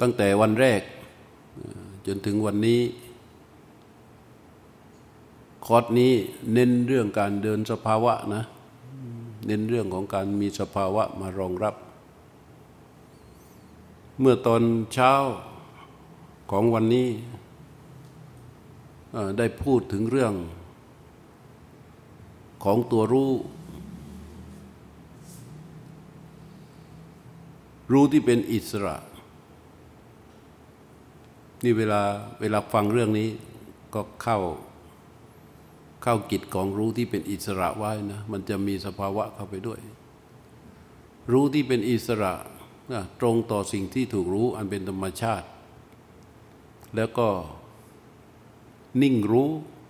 ตั้งแต่วันแรกจนถึงวันนี้คอร์สนี้เน้นเรื่องการเดินสภาวะนะเน้นเรื่องของการมีสภาวะมารองรับเมื่อตอนเช้าของวันนี้ได้พูดถึงเรื่องของตัวรู้ที่เป็นอิสระนี่เวลาฟังเรื่องนี้ก็เข้ากิจของรู้ที่เป็นอิสระไว้นะมันจะมีสภาวะเข้าไปด้วยรู้ที่เป็นอิสระตรงต่อสิ่งที่ถูกรู้อันเป็นธรรมชาติแล้วก็นิ่งรู้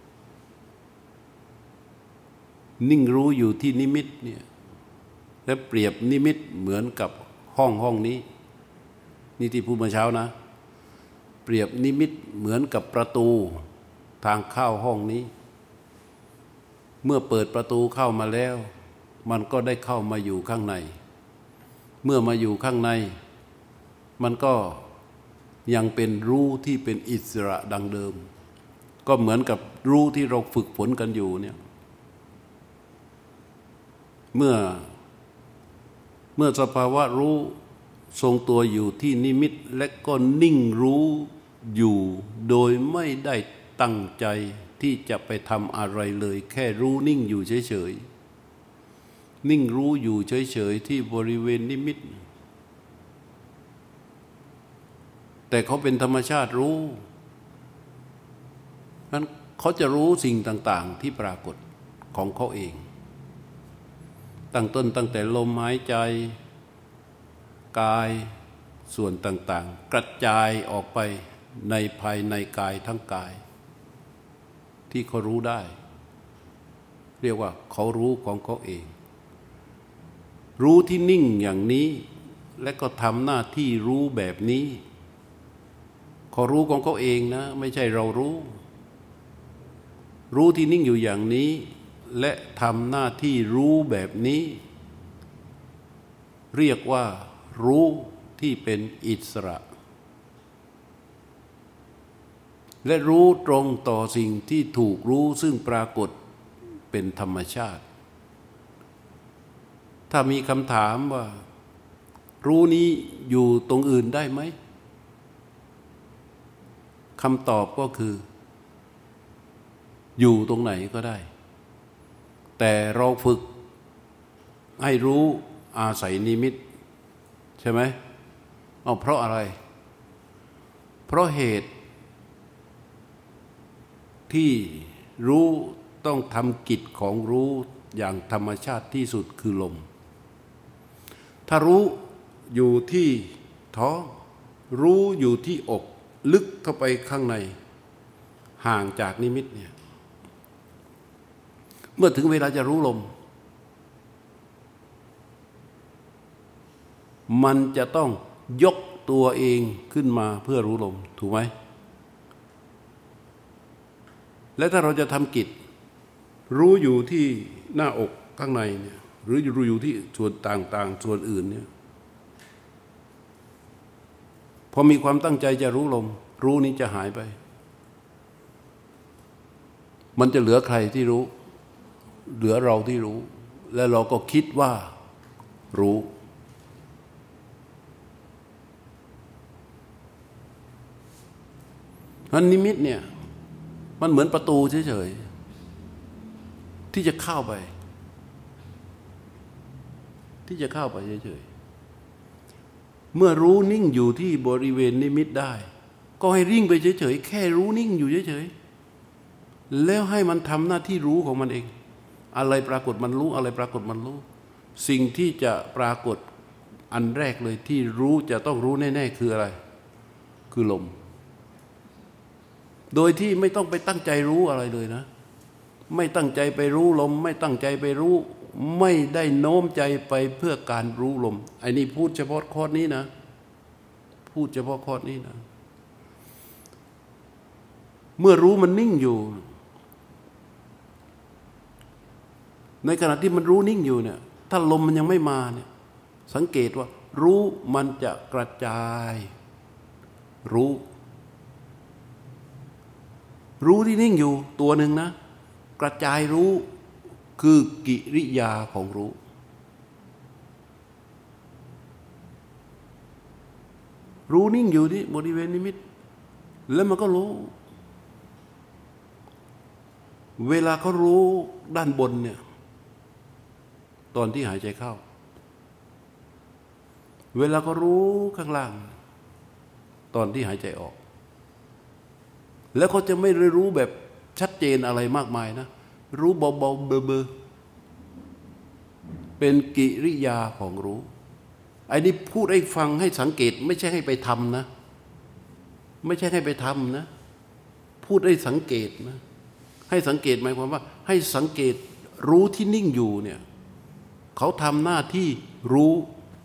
อยู่ที่นิมิตเนี่ยและเปรียบนิมิตเหมือนกับห้องนี้นี่ที่พูดเมื่อเช้านะเปรียบนิมิตเหมือนกับประตูทางเข้าห้องนี้เมื่อเปิดประตูเข้ามาแล้วมันก็ได้เข้ามาอยู่ข้างในเมื่อมาอยู่ข้างในมันก็ยังเป็นรู้ที่เป็นอิสระดังเดิมก็เหมือนกับรู้ที่เราฝึกฝนกันอยู่เนี่ยเมื่อสภาวะรู้ทรงตัวอยู่ที่นิมิตและก็นิ่งรู้อยู่โดยไม่ได้ตั้งใจที่จะไปทำอะไรเลยแค่รู้นิ่งอยู่เฉยๆนิ่งรู้อยู่เฉยๆที่บริเวณนิมิตแต่เขาเป็นธรรมชาติรู้นั้นเขาจะรู้สิ่งต่างๆที่ปรากฏของเขาเองตั้งแต่ลมหายใจกายส่วนต่างๆกระจายออกไปในภายในกายทั้งกายที่เขารู้ได้เรียกว่าเขารู้ของเขาเองรู้ที่นิ่งอย่างนี้และก็ทำหน้าที่รู้แบบนี้เขารู้ของเขาเองนะไม่ใช่เรารู้ที่นิ่งอยู่อย่างนี้และทำหน้าที่รู้แบบนี้เรียกว่ารู้ที่เป็นอิสระและรู้ตรงต่อสิ่งที่ถูกรู้ซึ่งปรากฏเป็นธรรมชาติถ้ามีคำถามว่ารู้นี้อยู่ตรงอื่นได้ไหมคำตอบก็คืออยู่ตรงไหนก็ได้แต่เราฝึกให้รู้อาศัยนิมิตใช่ไหมเพราะอะไรเพราะเหตุที่รู้ต้องทำกิจของรู้อย่างธรรมชาติที่สุดคือลมถ้ารู้อยู่ที่ท้องรู้อยู่ที่อกลึกเข้าไปข้างในห่างจากนิมิตเนี่ยเมื่อถึงเวลาจะรู้ลมมันจะต้องยกตัวเองขึ้นมาเพื่อรู้ลมถูกไหมและถ้าเราจะทำกิจรู้อยู่ที่หน้าอกข้างในเนี่ยหรือรู้อยู่ที่ส่วนต่างๆส่วนอื่นเนี่ยพอมีความตั้งใจจะรู้ลมรู้นี้จะหายไปมันจะเหลือใครที่รู้เหลือเราที่รู้และเราก็คิดว่ารู้นั้นนิมิตเนี่ยมันเหมือนประตูเฉยๆที่จะเข้าไปเฉยๆเมื่อรู้นิ่งอยู่ที่บริเวณนิมิตได้ก็ให้ริ่งไปเฉยๆแค่รู้นิ่งอยู่เฉยๆแล้วให้มันทำหน้าที่รู้ของมันเองอะไรปรากฏมันรู้อะไรปรากฏมันรู้สิ่งที่จะปรากฏอันแรกเลยที่รู้จะต้องรู้แน่ๆคืออะไรคือลมโดยที่ไม่ต้องไปตั้งใจรู้อะไรเลยนะไม่ตั้งใจไปรู้ลมไม่ตั้งใจไปรู้ไม่ได้โน้มใจไปเพื่อการรู้ลมไอ้นี่พูดเฉพาะข้อนี้นะพูดเฉพาะข้อนี้นะเมื่อรู้มันนิ่งอยู่ในขณะที่มันรู้นิ่งอยู่เนี่ยถ้าลมมันยังไม่มาเนี่ยสังเกตว่ารู้มันจะกระจายรู้ที่นิ่งอยู่ตัวหนึ่งนะกระจายรู้คือกิริยาของรู้นิ่งอยู่ที่บริเวณนิมิตแล้วมันก็รู้เวลาเขารู้ด้านบนเนี่ยตอนที่หายใจเข้าเวลาเขารู้ข้างล่างตอนที่หายใจออกแล้วเขาจะไม่ได้รู้แบบชัดเจนอะไรมากมายนะรู้เบาๆเบอๆเป็นกิริยาของรู้ไอ้นี่พูดให้ฟังให้สังเกตไม่ใช่ให้ไปทำนะไม่ใช่ให้ไปทำนะพูดให้สังเกตนะให้สังเกตหมายความว่าให้สังเกตรู้ที่นิ่งอยู่เนี่ยเขาทำหน้าที่รู้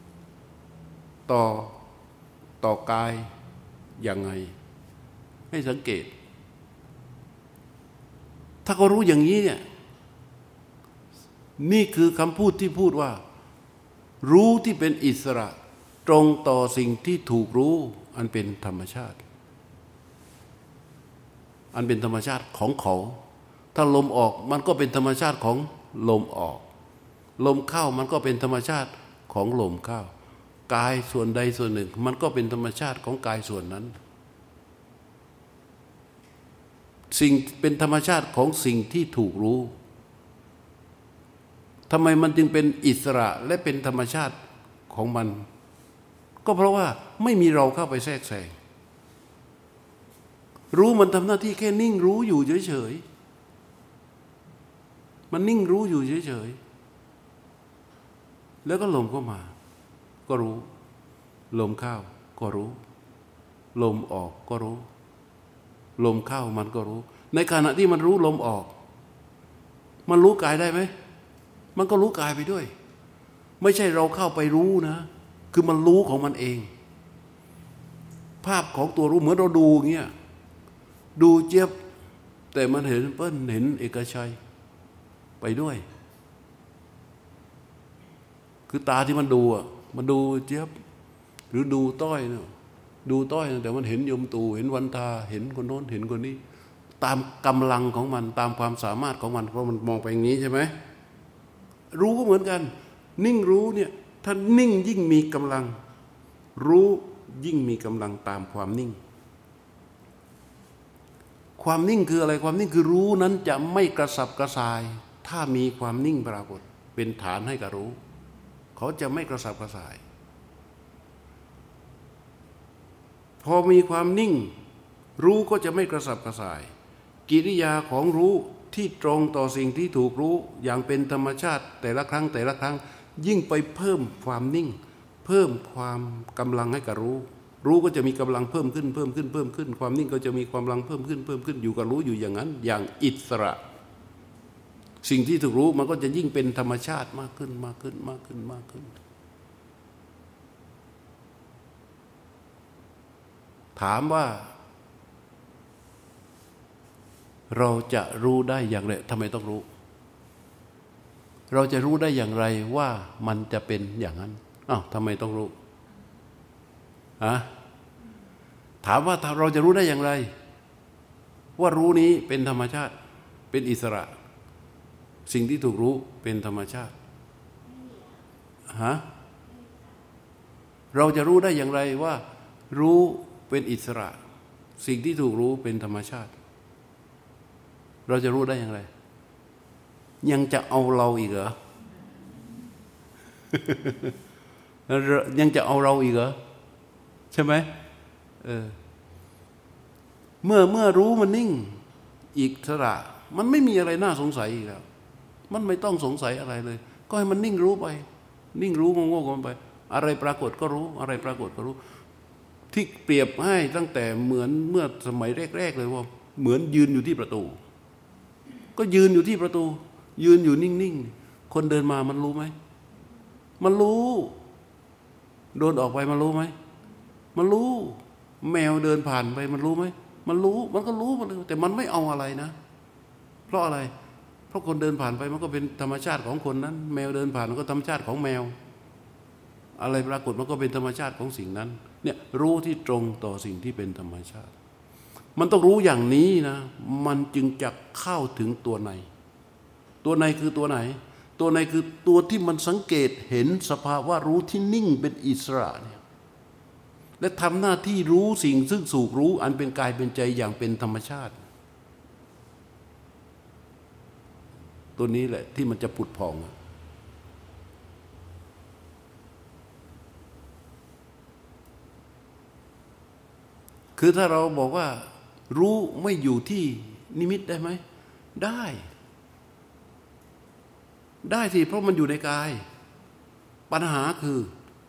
ต่อกายยังไงให้สังเกตถ้าเขารู้อย่างนี้เนี่ยนี่คือคำพูดที่พูดว่ารู้ที่เป็นอิสระตรงต่อสิ่งที่ถูกรู้อันเป็นธรรมชาติอันเป็นธรรมชาติของเขาถ้าลมออกมันก็เป็นธรรมชาติของลมออกลมเข้ามันก็เป็นธรรมชาติของลมเข้ากายส่วนใดส่วนหนึ่งมันก็เป็นธรรมชาติของกายส่วนนั้นสิ่งเป็นธรรมชาติของสิ่งที่ถูกรู้ทำไมมันจึงเป็นอิสระและเป็นธรรมชาติของมันก็เพราะว่าไม่มีเราเข้าไปแทรกแซงรู้มันทำหน้าที่แค่นิ่งรู้อยู่เฉยๆมันนิ่งรู้อยู่เฉยๆแล้วก็ลมเข้ามาก็รู้ลมเข้าก็รู้ลมออกก็รู้ลมเข้ามันก็รู้ในขณะที่มันรู้ลมออกมันรู้กายได้ไหมมันก็รู้กายไปด้วยไม่ใช่เราเข้าไปรู้นะคือมันรู้ของมันเองภาพของตัวรู้เหมือนเราดูเงี้ยดูเจี๊ยบแต่มันเห็นเปิ้ลเห็นเอกชัยไปด้วยคือตาที่มันดูอ่ะมันดูเจี๊ยบหรือดูต้อยเนี่ยดูต้อยแต่มันเห็นยมตู่เห็นวันทาเห็นคนโน้นเห็นคนนี้ตามกำลังของมันตามความสามารถของมันเพราะมันมองไปอย่างนี้ใช่ไหมรู้ก็เหมือนกันนิ่งรู้เนี่ยถ้านิ่งยิ่งมีกำลังรู้ยิ่งมีกำลังตามความนิ่งความนิ่งคืออะไรความนิ่งคือรู้นั้นจะไม่กระสับกระส่ายถ้ามีความนิ่งปรากฏเป็นฐานให้กับรู้เขาจะไม่กระสับกระส่ายพอมีความนิ่งรู้ก็จะไม่กระสับกระส่ายกิริยาของรู้ที่ตรงต่อสิ่งที่ถูกรู้อย่างเป็นธรรมชาติแต่ละครั้งยิ่งไปเพิ่มความนิ่งเพิ่มความกำลังให้กับรู้ก็จะมีกำลังเพิ่มขึ้นความนิ่งก็จะมีกำลังเพิ่มขึ้นอยู่กับรู้อยู่อย่างนั้นอย่างอิสระสิ่งที่ถูกรู้มันก็จะยิ่งเป็นธรรมชาติมากขึ้นถามว่าเราจะรู้ได้อย่างไรทำไมต้องรู้เราจะรู้ได้อย่างไรว่ามันจะเป็นอย่างนั้นอ้าวทำไมต้องรู้ถามว่าเราจะรู้ได้อย่างไรว่ารู้นี้เป็นธรรมชาติเป็นอิสระสิ่งที่ถูกรู้เป็นธรรมชาติเราจะรู้ได้อย่างไรว่ารู้เป็นอิสระสิ่งที่ถูกรู้เป็นธรรมชาติเราจะรู้ได้อย่างไรยังจะเอาเราอีกเหรอ ยังจะเอาเราอีกเหรอใช่ไหมเมื่อรู้มันนิ่งอิสระมันไม่มีอะไรน่าสงสัยอีกแล้วมันไม่ต้องสงสัยอะไรเลยก็ให้มันนิ่งรู้ไปนิ่งรู้โง่ๆกันไปอะไรปรากฏก็รู้อะไรปรากฏก็รู้ที่เปรียบให้ตั้งแต่เหมือนเมื่อสมัยแรกๆเลยว่าเหมือนยืนอยู่ที่ประตูก็ยืนอยู่ที่ประตูยืนอยู่นิ่งๆคนเดินมามันรู้ไหมมันรู้โดนออกไปมันรู้ไหมมันรู้แมวเดินผ่านไปมันรู้ไหมมันรู้มันก็รู้มันแต่มันไม่เอาอะไรนะเพราะอะไรเพราะคนเดินผ่านไปมันก็เป็นธรรมชาติของคนนั้นแมวเดินผ่านมันก็ธรรมชาติของแมวอะไรปรากฏมันก็เป็นธรรมชาติของสิ่งนั้นเนี่ยรู้ที่ตรงต่อสิ่งที่เป็นธรรมชาติมันต้องรู้อย่างนี้นะมันจึงจะเข้าถึงตัวในตัวในคือตัวไหนตัวในคือตัวที่มันสังเกตเห็นสภาวะรู้ที่นิ่งเป็นอิสระเนี่ยและทำหน้าที่รู้สิ่งซึ่งสูกรู้อันเป็นกายเป็นใจอย่างเป็นธรรมชาติตัวนี้แหละที่มันจะผุดผ่องคือถ้าเราบอกว่ารู้ไม่อยู่ที่นิมิตได้ไหมได้สิเพราะมันอยู่ในกายปัญหาคือ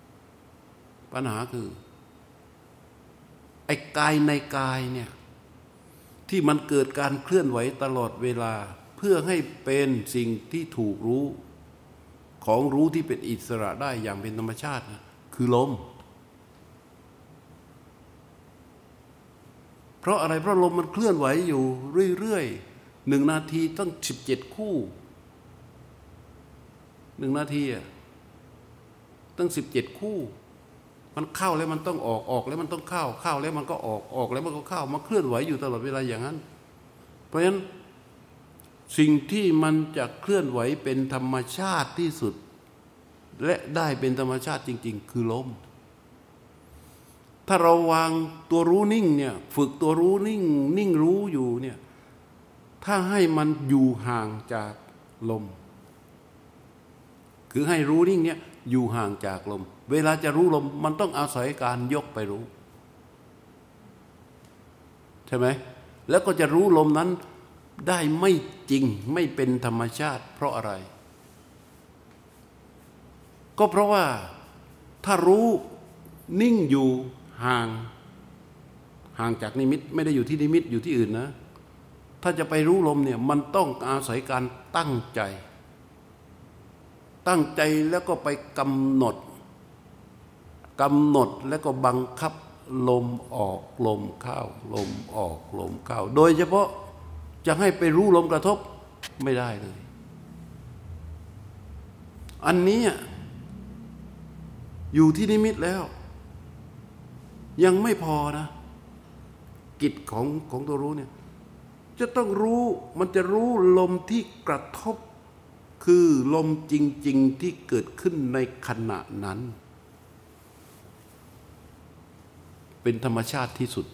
ไอ้กายในกายเนี่ยที่มันเกิดการเคลื่อนไหวตลอดเวลาเพื่อให้เป็นสิ่งที่ถูกรู้ของรู้ที่เป็นอิสระได้อย่างเป็นธรรมชาตินะคือลมเพราะอะไรเพราะลมมันเคลื่อนไหวอยู่เรื่อยๆ1 นาทีตั้ง17 คู่1 นาทีตั้ง17 คู่มันเข้าแล้วมันต้องออกแล้วมันต้องเข้าแล้วมันก็ออกแล้วมันก็เข้ามันเคลื่อนไหวอยู่ตลอดเวลาอย่างนั้นเพราะฉะนั้นสิ่งที่มันจะเคลื่อนไหวเป็นธรรมชาติที่สุดและได้เป็นธรรมชาติจริงๆคือลมถ้าเราวางตัวรู้นิ่งเนี่ยฝึกตัวรู้นิ่งรู้อยู่เนี่ยถ้าให้มันอยู่ห่างจากลมคือให้รู้นิ่งเนี่ยอยู่ห่างจากลมเวลาจะรู้ลมมันต้องอาศัยการยกไปรู้ใช่ไหมแล้วก็จะรู้ลมนั้นได้ไม่จริงไม่เป็นธรรมชาติเพราะอะไรก็เพราะว่าถ้ารู้นิ่งอยู่ห่างจากนิมิตไม่ได้อยู่ที่นิมิตอยู่ที่อื่นนะถ้าจะไปรู้ลมเนี่ยมันต้องอาศัยการตั้งใจแล้วก็ไปกำหนดแล้วก็บังคับลมออกลมเข้าลมออกลมเข้าโดยเฉพาะจะให้ไปรู้ลมกระทบไม่ได้เลยอันนี้อยู่ที่นิมิตแล้วยังไม่พอนะกิจของตัวรู้เนี่ยจะต้องรู้มันจะรู้ลมที่กระทบคือลมจริงๆที่เกิดขึ้นในขณะนั้นเป็นธรรมชาติที่สุด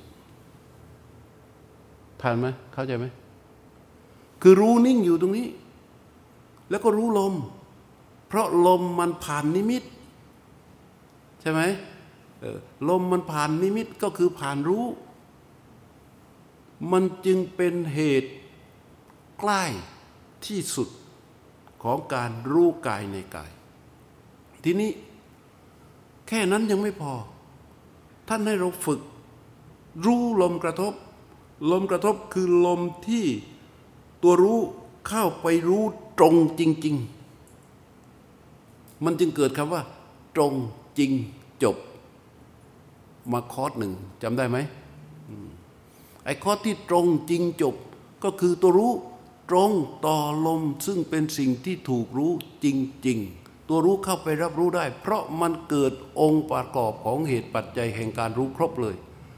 ทันไหมเข้าใจไหมคือรู้นิ่งอยู่ตรงนี้แล้วก็รู้ลมเพราะลมมันผ่านนิมิตใช่ไหมลมมันผ่านนิมิตก็คือผ่านรู้มันจึงเป็นเหตุใกล้ที่สุดของการรู้กายในกายทีนี้แค่นั้นยังไม่พอท่านให้เราฝึกรู้ลมกระทบคือลมที่ตัวรู้เข้าไปรู้ตรงจริงๆมันจึงเกิดคำว่าตรงจริงจบมาคอร์ส 1จำได้ไหมไอ้คอร์สที่ตรงจริงจบก็คือตัวรู้ตรงต่อลมซึ่งเป็นสิ่งที่ถูกรู้จริงๆตัวรู้เข้าไปรับรู้ได้เพราะมันเกิดองค์ประกอบของเหตุปัจจัยแห่งการรู้ครบเลย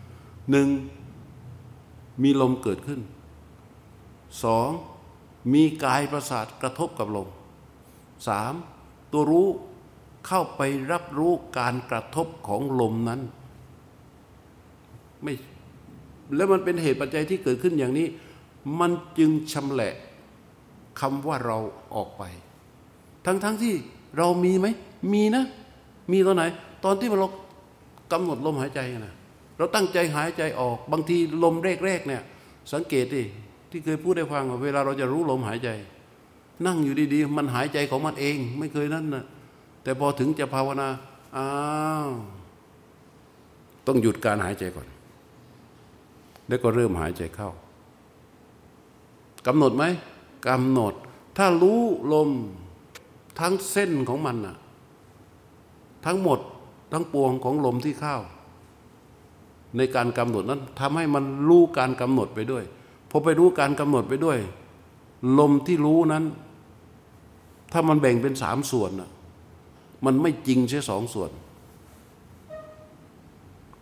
1. มีลมเกิดขึ้น 2. มีกายประสาทกระทบกับลม 3. ตัวรู้เข้าไปรับรู้การกระทบของลมนั้นไม่แล้วมันเป็นเหตุปัจจัยที่เกิดขึ้นอย่างนี้มันจึงชำแหละคำว่าเราออกไปทั้งที่เรามีไหมมีนะมีตอนไหนตอนที่เรากำหนดลมหายใจนะเราตั้งใจหายใจออกบางทีลมแรกๆเนี่ยสังเกตดิที่เคยพูดให้ฟังว่าเวลาเราจะรู้ลมหายใจนั่งอยู่ดีๆมันหายใจของมันเองไม่เคยนั่นนะแต่พอถึงจะภาวนาต้องหยุดการหายใจก่อนแล้วก็เริ่มหายใจเข้ากำหนดไหมกำหนดถ้ารู้ลมทั้งเส้นของมันน่ะทั้งหมดทั้งปวงของลมที่เข้าในการกำหนดนั้นทำให้มันรู้การกำหนดไปด้วยพอไปรู้การกำหนดไปด้วยลมที่รู้นั้นถ้ามันแบ่งเป็น3 ส่วนน่ะมันไม่จริงใช่2 ส่วน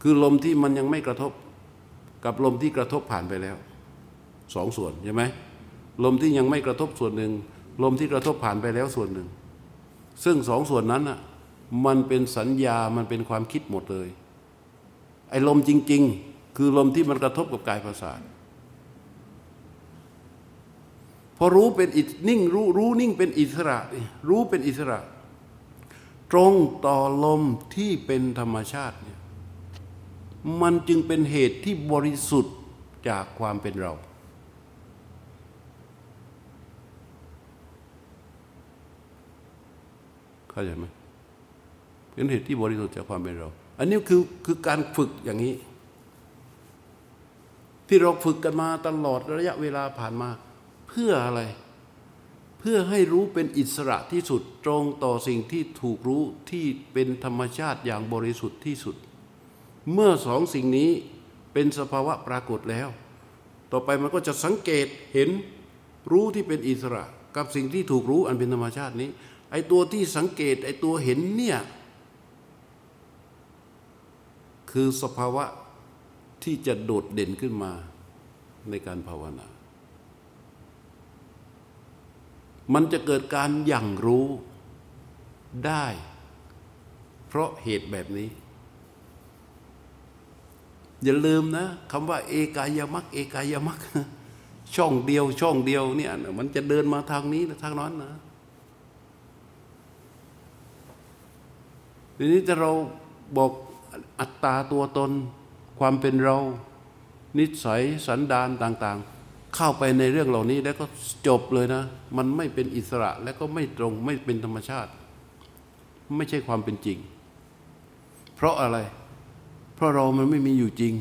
คือลมที่มันยังไม่กระทบกับลมที่กระทบผ่านไปแล้วสองส่วนใช่ไหมลมที่ยังไม่กระทบส่วนหนึ่งลมที่กระทบผ่านไปแล้วส่วนหนึ่งซึ่งสองส่วนนั้นน่ะมันเป็นสัญญามันเป็นความคิดหมดเลยไอ้ลมจริงๆคือลมที่มันกระทบกับกายประสาทพอรู้เป็นนิ่งรู้นิ่งเป็นอิสระรู้เป็นอิสระตรงต่อลมที่เป็นธรรมชาติเนี่ยมันจึงเป็นเหตุที่บริสุทธิ์จากความเป็นเราเข้าใจไหมเป็นเหตุที่บริสุทธิ์จากความเป็นเราอันนี้คือการฝึกอย่างนี้ที่เราฝึกกันมาตลอดระยะเวลาผ่านมาเพื่ออะไรเพื่อให้รู้เป็นอิสระที่สุดตรงต่อสิ่งที่ถูกรู้ที่เป็นธรรมชาติอย่างบริสุทธิ์ที่สุดเมื่อสองสิ่งนี้เป็นสภาวะปรากฏแล้วต่อไปมันก็จะสังเกตเห็นรู้ที่เป็นอิสระกับสิ่งที่ถูกรู้อันเป็นธรรมชาตินี้ไอ้ตัวที่สังเกตไอ้ตัวเห็นเนี่ยคือสภาวะที่จะโดดเด่นขึ้นมาในการภาวนามันจะเกิดการอย่างรู้ได้เพราะเหตุแบบนี้อย่าลืมนะคำว่าเอกายมรรคเอกายมรรคช่องเดียวเนี่ยมันจะเดินมาทางนี้ทางนั้นนะทีนี้ถ้าเราบอกอัตตาตัวตนความเป็นเรานิสัยสันดานต่างๆเข้าไปในเรื่องเหล่านี้แล้วก็จบเลยนะมันไม่เป็นอิสระและก็ไม่ตรงไม่เป็นธรรมชาติไม่ใช่ความเป็นจริงเพราะอะไรเพราะเรามันไม่มีอยู่จริง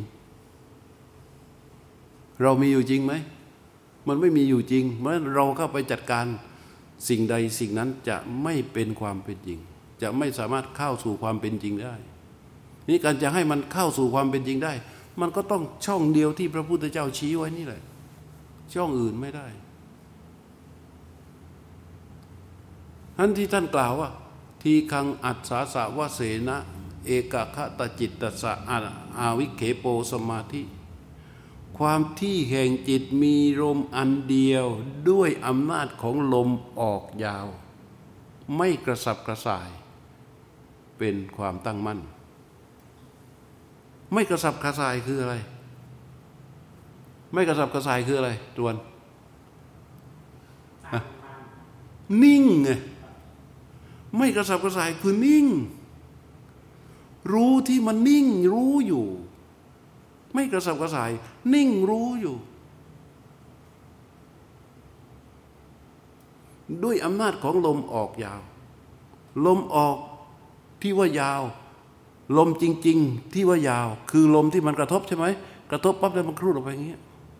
เรามีอยู่จริงไหมมันไม่มีอยู่จริงเมื่อเราเข้าไปจัดการสิ่งใดสิ่งนั้นจะไม่เป็นความเป็นจริงจะไม่สามารถเข้าสู่ความเป็นจริงได้นี่การจะให้มันเข้าสู่ความเป็นจริงได้มันก็ต้องช่องเดียวที่พระพุทธเจ้าชี้ไว้นี่แหละช่องอื่นไม่ได้ท่านที่ท่านกล่าวว่าทีคังอัสสาสะวะเสนะเอกคตจิตตสะอาวิเคโปสมาธิความที่แห่งจิตมีลมอันเดียวด้วยอำนาจของลมออกยาวไม่กระสับกระส่ายเป็นความตั้งมั่นไม่กระสับกระส่ายคืออะไรไม่กระสับกระส่ายคืออะไรตวนนิ่งไงไม่กระสับกระส่ายคือนิ่งรู้ที่มันนิ่งรู้อยู่ไม่กระสับกระส่ายนิ่งรู้อยู่ด้วยอำนาจของลมออกยาวลมออกที่ว่ายาวลมจริงๆที่ว่ายาวคือลมที่มันกระทบใช่ไหมกระทบปั๊บแล้วมันครูดออกไปอย่างเงี้ย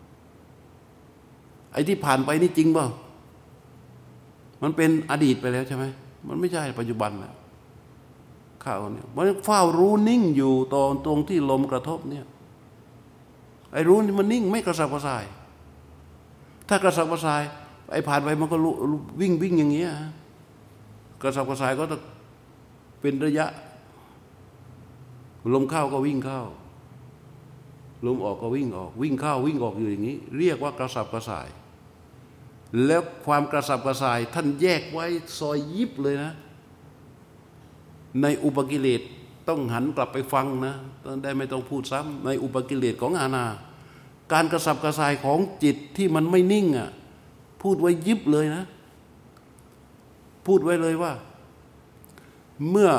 ไอ้ที่ผ่านไปนี่จริงเปล่ามันเป็นอดีตไปแล้วใช่ไหมมันไม่ใช่ปัจจุบันแล้วข้าวเนี่ยมันเฝ้ารู้นิ่งอยู่ตรงที่ลมกระทบเนี่ยไอ้รู้นี่มันนิ่งไม่กระสับกระส่ายถ้ากระสับกระส่ายไอ้ผ่านไปมันก็วิ่งอย่างเงี้ยกระสับกระส่ายก็จะเป็นระยะลมเข้าก็วิ่งเข้าลมออกก็วิ่งออกวิ่งเข้าวิ่งออกอยู่อย่างนี้เรียกว่ากระสับกระส่ายแล้วความกระสับกระส่ายท่านแยกไว้ซอยยิบเลยนะในอุปกิเลสต้องหันกลับไปฟังนะได้ไม่ต้องพูดซ้ำในอุปกิเลสของอาณาการกระสับกระส่ายของจิตที่มันไม่นิ่งอ่ะพูดไว้ยิบเลยนะพูดไว้เลยว่าเมื่อ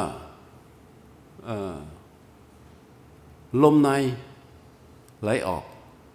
ลมในไหลออก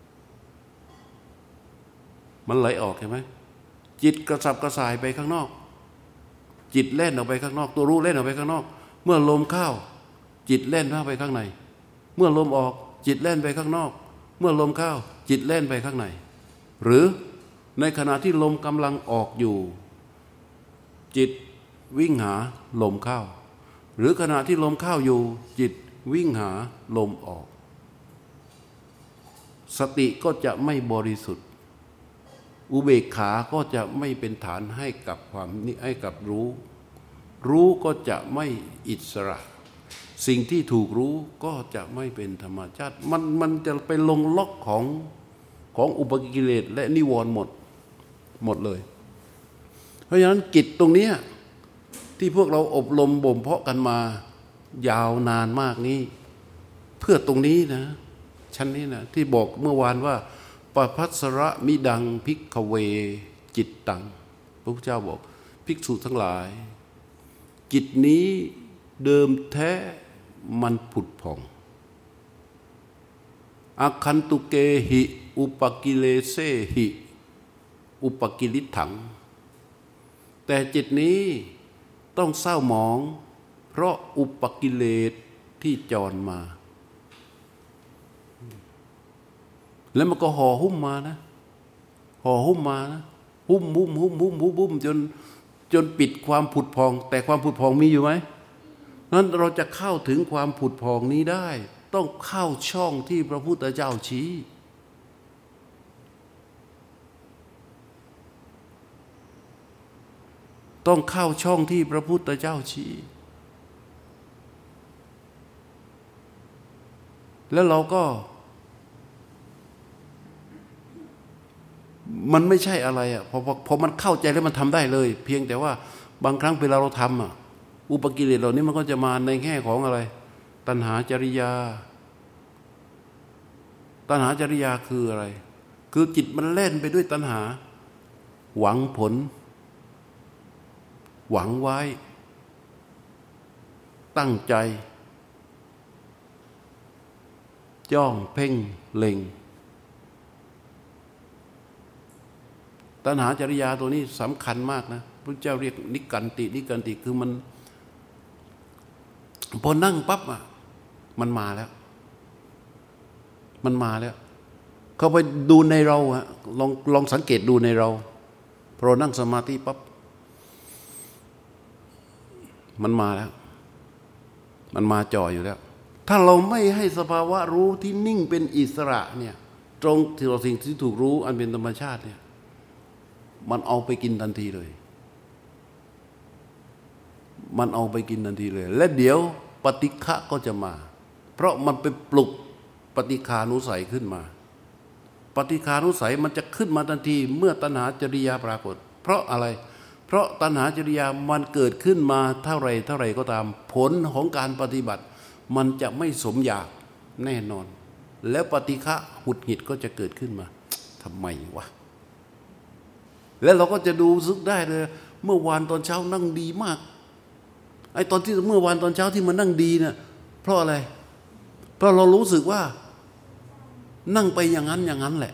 มันไหลออกใช่ไหมจิตกระสับกระส่ายไปข้างนอกจิตแล่นออกไปข้างนอกตัวรู้แล่นออกไปข้างนอกเมื่อลมเข้าจิตแล่นเข้าไปข้างในเมื่อลมออกจิตแล่นไปข้างนอกเมื่อลมเข้าจิตแล่นไปข้างในหรือในขณะที่ลมกำลังออกอยู่จิตวิ่งหาลมเข้าหรือขณะที่ลมเข้าอยู่จิตวิ่งหาลมออกสติก็จะไม่บริสุทธิ์อุเบกขาก็จะไม่เป็นฐานให้กับความนี้ให้กับรู้ก็จะไม่อิสระสิ่งที่ถูกรู้ก็จะไม่เป็นธรรมชาติมันจะไปลงล็อกของอุปกิเลสและนิวรณ์หมดเลยเพราะฉะนั้นกิจตรงนี้ที่พวกเราอบรมบ่มเพาะกันมายาวนานมากนี้เพื่อตรงนี้นะชั้นนี้นะที่บอกเมื่อวานว่าปภัสสระมิดังภิกขเวจิตตังพระพุทธเจ้าบอกภิกษุทั้งหลายจิตนี้เดิมแท้มันผุดผ่องอาคันตุเกหิอุปกิเลเสหิอุปกิลิถังแต่จิตนี้ต้องเศร้าหมองเพราะอุปกิเลสที่จรมาแล้วมันก็ห่อหุ้มมานะห่อหุ้มมานะหุ้มจนปิดความผุดพองแต่ความผุดพองมีอยู่ไหมนั้นเราจะเข้าถึงความผุดพองนี้ได้ต้องเข้าช่องที่พระพุทธเจ้าชี้ต้องเข้าช่องที่พระพุทธเจ้าชี้แล้วเราก็มันไม่ใช่อะไรอ่ะพอมันเข้าใจแล้วมันทำได้เลยเพียงแต่ว่าบางครั้งเวลาเราทำอุปกิเลสเหล่านี้มันก็จะมาในแง่ของอะไรตัณหาจริยาตัณหาจริยาคืออะไรคือจิตมันเล่นไปด้วยตัณหาหวังผลหวังไว้ตั้งใจจ้องเพ่งเล็งตัณหาจริยาตัวนี้สำคัญมากนะพระเจ้าเรียกนิกันติคือมันพอนั่งปั๊บมันมาแล้วเขาไปดูในเราลองสังเกตดูในเราพอเรานั่งสมาธิปั๊บมันมาแล้วมันมาจ่ออยู่แล้วถ้าเราไม่ให้สภาวะรู้ที่นิ่งเป็นอิสระเนี่ยตรงที่เราสิ่งที่ถูกรู้อันเป็นธรรมชาติเนี่ยมันเอาไปกินทันทีเลยและเดี๋ยวปฏิฆะก็จะมาเพราะมันไปปลุกปฏิฆานุสัยขึ้นมาปฏิฆานุสัยมันจะขึ้นมาทันทีเมื่อตัณหาจริยาปรากฏเพราะอะไรเพราะตัณหาจริยามันเกิดขึ้นมาเท่าไรก็ตามผลของการปฏิบัติมันจะไม่สมอยากแน่นอนแล้วปฏิฆะหุดหงิดก็จะเกิดขึ้นมาทำไมวะแล้วเราก็จะดูซึกได้เลยเมื่อวานตอนเช้านั่งดีมากไอ้ตอนที่เมื่อวานตอนเช้าที่มันนั่งดีเนี่ยเพราะอะไรเพราะเรารู้สึกว่านั่งไปอย่างนั้นแหละ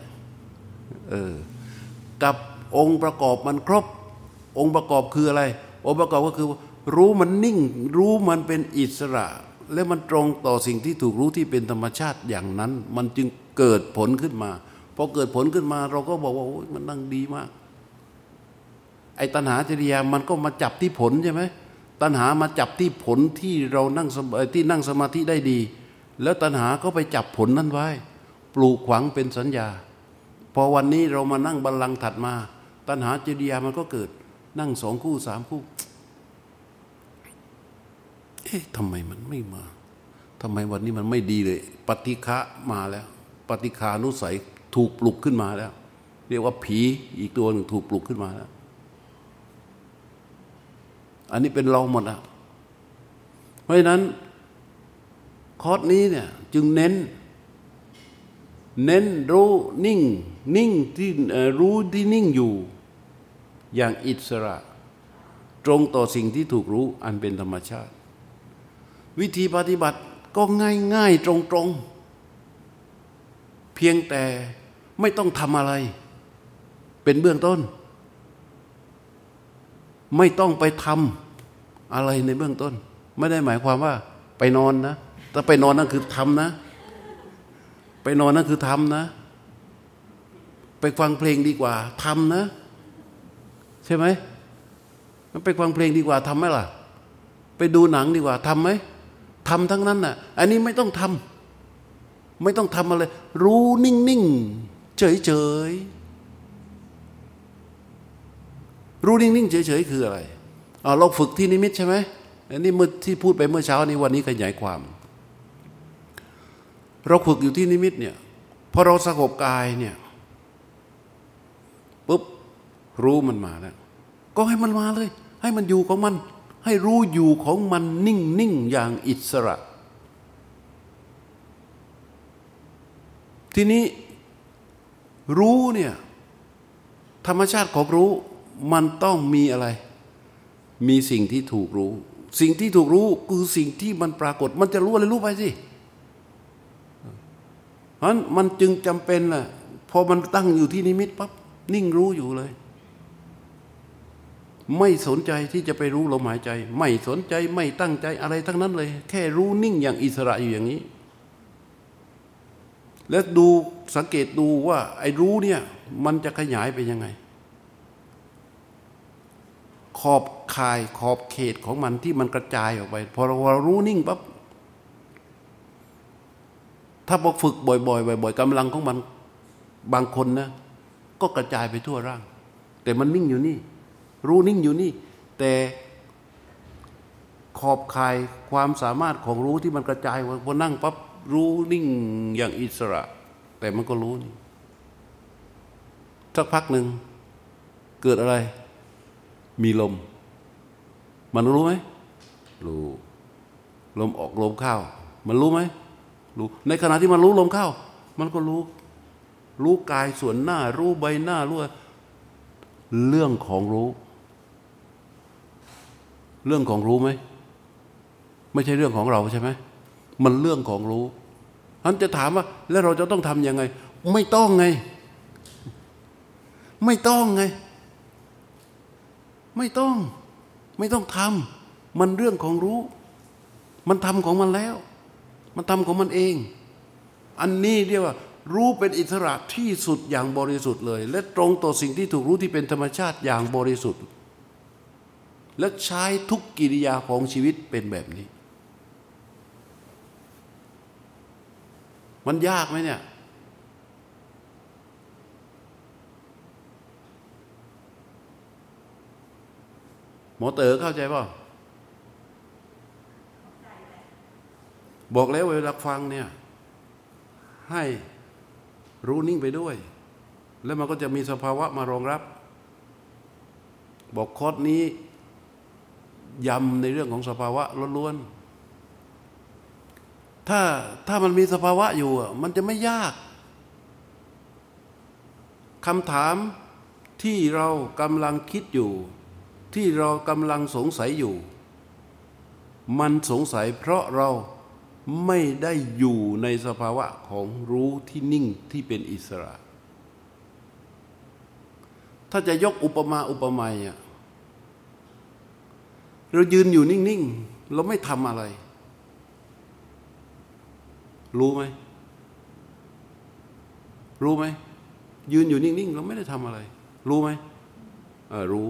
กับองค์ประกอบมันครบองค์ประกอบคืออะไรองค์ประกอบก็คือรู้มันนิ่งรู้มันเป็นอิสระและมันตรงต่อสิ่งที่ถูกรู้ที่เป็นธรรมชาติอย่างนั้นมันจึงเกิดผลขึ้นมาพอเกิดผลขึ้นมาเราก็บอกว่าโอ้ยมันนั่งดีมากไอ้ตัณหาจริยามันก็มาจับที่ผลใช่ไหมตัณหามาจับที่ผลที่เรานั่งสมาธิได้ดีแล้วตัณหาก็ไปจับผลนั้นไว้ปลูกขวางเป็นสัญญาพอวันนี้เรามานั่งบัลลังก์ถัดมาตัณหาจริยามันก็เกิดนั่ง2 คู่ 3 คู่ทำไมมันไม่มาทำไมวันนี้มันไม่ดีเลยปฏิฆะมาแล้วปฏิฆานุสัยถูกปลุกขึ้นมาแล้วเรียกว่าผีอีกตัวหนึ่งถูกปลุกขึ้นมาแล้วอันนี้เป็นเราหมดเพราะฉะนั้นคอร์สนี้เนี่ยจึงเน้นรู้นิ่งที่รู้ที่นิ่งอยู่อย่างอิสระตรงต่อสิ่งที่ถูกรู้อันเป็นธรรมชาติวิธีปฏิบัติก็ง่ายตรงเพียงแต่ไม่ต้องทำอะไรเป็นเบื้องต้นไม่ต้องไปทำอะไรในเบื้องต้นไม่ได้หมายความว่าไปนอนนะถ้าไปนอนนั่นคือทำนะไปนอนนั่นคือทำนะไปฟังเพลงดีกว่าทำนะใช่ไหมมันไปฟังเพลงดีกว่าทำไหมล่ะไปดูหนังดีกว่าทำไหมทำทั้งนั้นน่ะอันนี้ไม่ต้องทำอะไรรู้นิ่งเฉยรู้นิ่งเฉยคืออะไรเราฝึกที่นิมิตใช่ไหมอันนี้เมื่อที่พูดไปเมื่อเช้านี้วันนี้ขยายความเราฝึกอยู่ที่นิมิตเนี่ยพอเราสงบกายเนี่ยปุ๊บรู้มันมาแล้วก็ให้มันมาเลยให้มันอยู่ของมันให้รู้อยู่ของมันนิ่งๆอย่างอิสระทีนี้รู้เนี่ยธรรมชาติของรู้มันต้องมีอะไรมีสิ่งที่ถูกรู้สิ่งที่ถูกรู้คือสิ่งที่มันปรากฏมันจะรู้อะไรรู้ไปสิเพราะฉะนั้นมันจึงจำเป็นล่ะพอมันตั้งอยู่ที่นิมิตปั๊บนิ่งรู้อยู่เลยไม่สนใจที่จะไปรู้ลมหายใจไม่สนใจไม่ตั้งใจอะไรทั้งนั้นเลยแค่รู้นิ่งอย่างอิสระอยู่อย่างนี้แล้วดูสังเกตดูว่าไอ้รู้เนี่ยมันจะขยายไปยังไงขอบข่ายขอบเขตของมันที่มันกระจายออกไปพอเรารู้นิ่งปั๊บถ้าพอฝึกบ่อยๆกำลังของมันบางคนนะก็กระจายไปทั่วร่างแต่มันนิ่งอยู่นี่รู้นิ่งอยู่นี่แต่ขอบข่ายความสามารถของรู้ที่มันกระจายพอนั่งปั๊บรู้นิ่งอย่างอิสระแต่มันก็รู้นี่สักพักหนึ่งเกิดอะไรมีลมมันรู้ไหมรู้ลมออกลมเข้ามันรู้ไหมรู้ในขณะที่มันรู้ลมเข้ามันก็รู้กายส่วนหน้ารู้ใบหน้ารู้เรื่องของรู้เรื่องของรู้ไหมไม่ใช่เรื่องของเราใช่ไหมมันเรื่องของรู้ท่านจะถามว่าแล้วเราจะต้องทำยังไงไม่ต้องไงไม่ต้องทำมันเรื่องของรู้มันทำของมันแล้วมันทำของมันเองอันนี้เรียกว่ารู้เป็นอิสระที่สุดอย่างบริสุทธิ์เลยและตรงต่อสิ่งที่ถูกรู้ที่เป็นธรรมชาติอย่างบริสุทธิ์และใช้ทุกกิริยาของชีวิตเป็นแบบนี้มันยากไหมเนี่ยหมอเต๋อเข้าใจป่ะบอกแล้วเวลาฟังเนี่ยให้รู้นิ่งไปด้วยแล้วมันก็จะมีสภาวะมารองรับบอกคอร์สนี้ย้ำในเรื่องของสภาวะล้วนๆถ้ามันมีสภาวะอยู่มันจะไม่ยากคำถามที่เรากำลังคิดอยู่ที่เรากำลังสงสัยอยู่มันสงสัยเพราะเราไม่ได้อยู่ในสภาวะของรู้ที่นิ่งที่เป็นอิสระถ้าจะยกอุปมาอุปไมยเรายืนอยู่นิ่งๆเราไม่ทำอะไรรู้ไหมยืนอยู่นิ่งๆเราไม่ได้ทำอะไรรู้ไหมรู้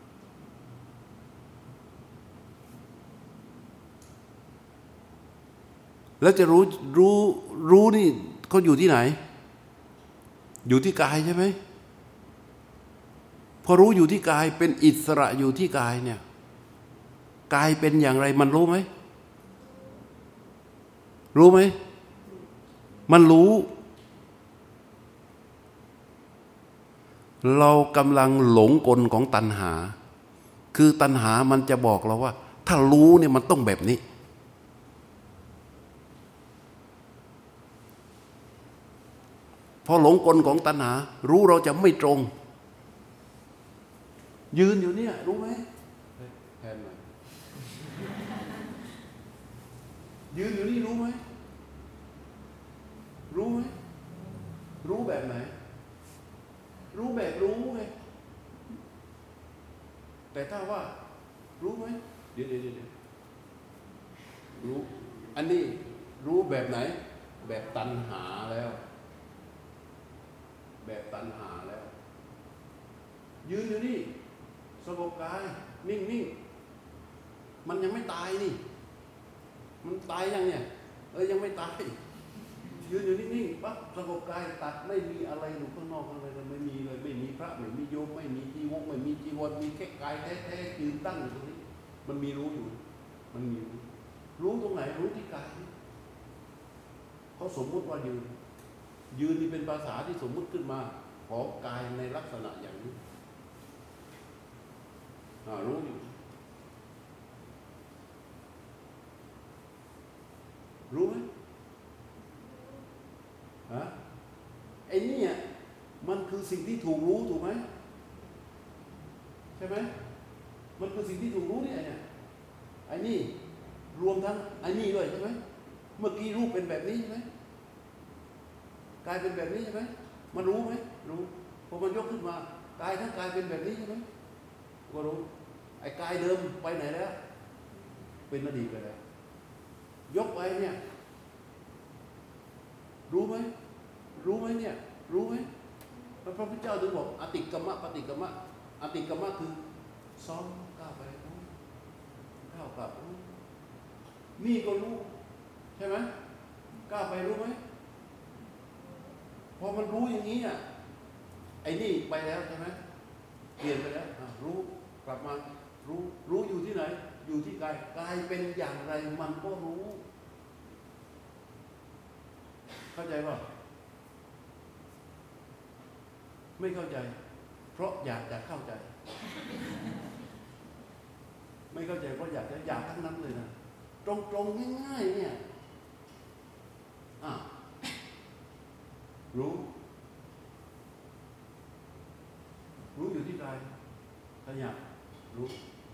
แล้วจะรู้นี่เขาอยู่ที่ไหนอยู่ที่กายใช่ไหมพอรู้อยู่ที่กายเป็นอิสระอยู่ที่กายเนี่ยกายเป็นอย่างไรมันรู้ไหมมันรู้เรากำลังหลงกลของตัณหาคือตัณหามันจะบอกเราว่าถ้ารู้เนี่ยมันต้องแบบนี้พอหลงกลของตัณหารู้เราจะไม่ตรงยืนอยู่เนี่ยรู้ไหมแทนหน่อยยืนอยู่นี่รู้ไหมรู้แบบไหนรู้แบบรู้ไงแต่ถ้าว่ารู้ไหมเดี๋ยวรู้อันนี้รู้แบบไหนแบบตัณหาแล้วยืนอยู่นี่สงบกายนิ่งมันยังไม่ตายนี่มันตายยังเนี่ยยังไม่ตายยืนอยู่นิ่งๆปั๊บสงบกายตัดไม่มีอะไรอยู่ข้างนอกอะไรเลยไม่มีเลยไม่มีพระไม่มีโยมไม่มีจีวรไม่มีจีวรมีแค่กายแท้ๆยืนตั้งอยู่ตรงนี้มันมีรู้อยู่มันมีรู้ตรงไหนรู้ที่กายเขาสมมุติว่ายืนนี่เป็นภาษาที่สมมุติขึ้นมาของกายในลักษณะอย่างนี้รู้อยู่รู้ไหมไอ้นี่มันคือสิ่งที่ถูกรู้ถูกไหมใช่ไหมมันคือสิ่งที่ถูกรู้เนี่ยไอ้นี่รวมทั้งไอ้นี่ด้วยใช่ไหมเมื่อกี้รูปเป็นแบบนี้ใช่ไหมกายเป็นแบบนี้ใช่ไหมมันรู้ไหมรู้พอมันยกขึ้นมากายทั้งกายเป็นแบบนี้ใช่ไหมก็รู้ไอ้กายเดิมไปไหนแล้วเป็นอดีตไปแล้วยกไปเนี่ยรู้ไหมเนี่ยรู้ไหมพระพุทธเจ้าถึงบอกอติกรรมะปฏิกรรมะอติกรรมะคือซ้อมก้าวไปก้าวกลับนี่ก็รู้ใช่ไหมก้าวไปรู้ไหมพอมันรู้อย่างนี้ไอ้นี่ไปแล้วใช่ไหมเปลี่ยนไปแล้วรู้กลับมารู้อยู่ที่ไหนอยู่ที่กายเป็นอย่างไรมันก็รู้เข้าใจป่ะไม่เข้าใจเพราะอยากจะเข้าใจไม่เข้าใจเพราะอยากทั้งนั้นเลยนะตรงง่ายๆเนี่ยรู้อยู่ที่กายขยับรู้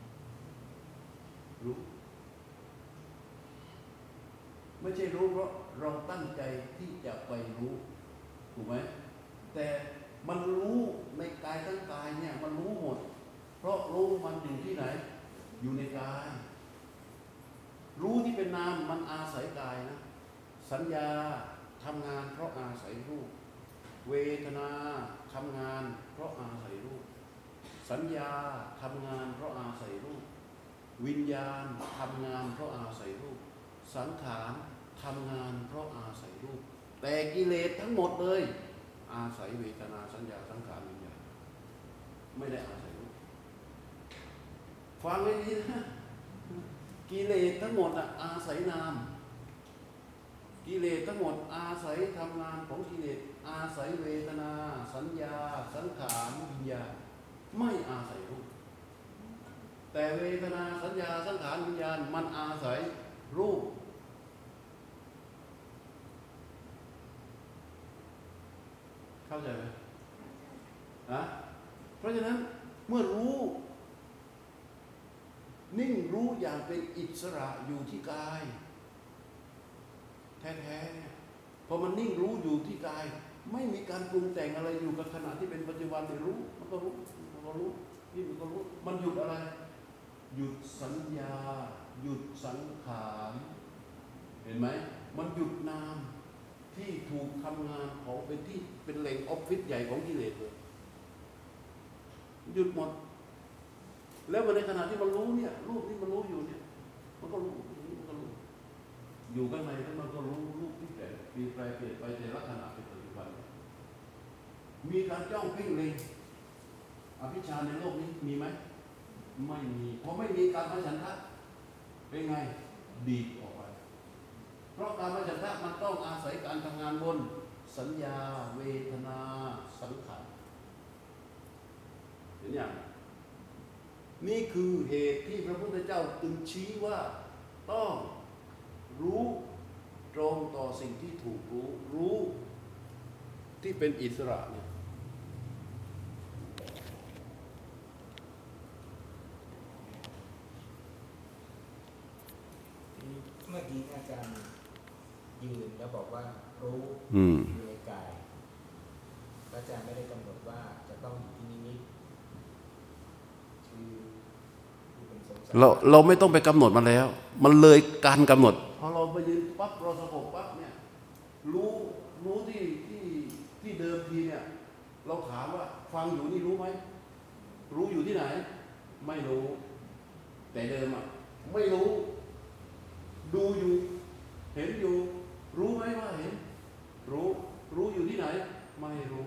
ไม่ใช่รู้เพราะเราตั้งใจที่จะไปรู้ถูกไหมแต่มันรู้ในกายทั้งกายเนี่ยมันรู้หมดเพราะรู้มันอยู่ที่ไหนอยู่ในกายรู้ที่เป็นนามมันอาศัยกายนะสัญญาทำงานเพราะอาศัยรูปเวทนาทำงานเพราะอาศัยรูปสัญญาทำงานเพราะอาศัยรูปวิญญาณทำงานเพราะอาศัยรูปสังขารทำงานเพราะอาศัยรูปแต่กิเลสทั้งหมดเลยอาศัยเวทนาสัญญาสังขารวิญญาณไม่ได้อาศัยรูปฟังให้ดีนะกิเลสทั้งหมดอาศัยนามกิเลสทั้งหมดอาศัยทำงานของกิเลสอาศัยเวทนาสัญญาสังขารวิญญาณไม่อาศัยรูปแต่เวทนาสัญญาสังขารวิญญาณมันอาศัยรูปเข้าใจไหมเพราะฉะนั้นเมื่อรู้นิ่งรู้อย่างเป็นอิสระอยู่ที่กายแท้ๆเนี่ยพอมันนิ่งรู้อยู่ที่กายไม่มีการปรุงแต่งอะไรอยู่กับขณะที่เป็นปัจจุบันที่รู้มันก็รู้นี่มันก็รู้มันหยุดอะไรหยุดสัญญาหยุดสังขารเห็นไหมมันหยุดนามที่ถูกทำงานของเป็นแหล่งออฟฟิศใหญ่ของกิเลสเลยหยุดหมดแล้วในขณะที่มันรู้เนี่ยรูปที่มันรู้อยู่เนี่ยมันก็รู้อยู่ข้างในแล้วมันก็รู้รูปที่แปลกเปลี่ยนไปในลักษณะเป็นปัจจุบันมีการจ้องเพ่งเล็งอภิชฌาในโลกนี้มีไหมไม่มีเพราะไม่มีการมฉันทะเป็นไงดีดออกไปเพราะการมฉันทะมันต้องอาศัยการทำงานบนสัญญาเวทนาสังขารเห็นอย่างนี่คือเหตุที่พระพุทธเจ้าจึงชี้ว่าต้องรู้ตรงต่อสิ่งที่ถูกรู้ที่เป็นอิสระเนี่ยเมื่อกี้อาจารย์ยืนแล้วบอกว่ารู้อยู่ในกายอาจารย์ไม่ได้กำหนดว่าจะต้องอยู่ที่นิมิตเราไม่ต้องไปกำหนดมันแล้วมันเลยการกำหนดพอเราไปยืนปั๊บเราสงบปั๊บเนี่ยรู้ที่เดิมทีเนี่ยเราถามว่าฟังอยู่นี่รู้ไหมรู้อยู่ที่ไหนไม่รู้แต่เดิมไม่รู้ดูอยู่เห็นอยู่รู้ไหมว่าเห็นรู้อยู่ที่ไหนไม่รู้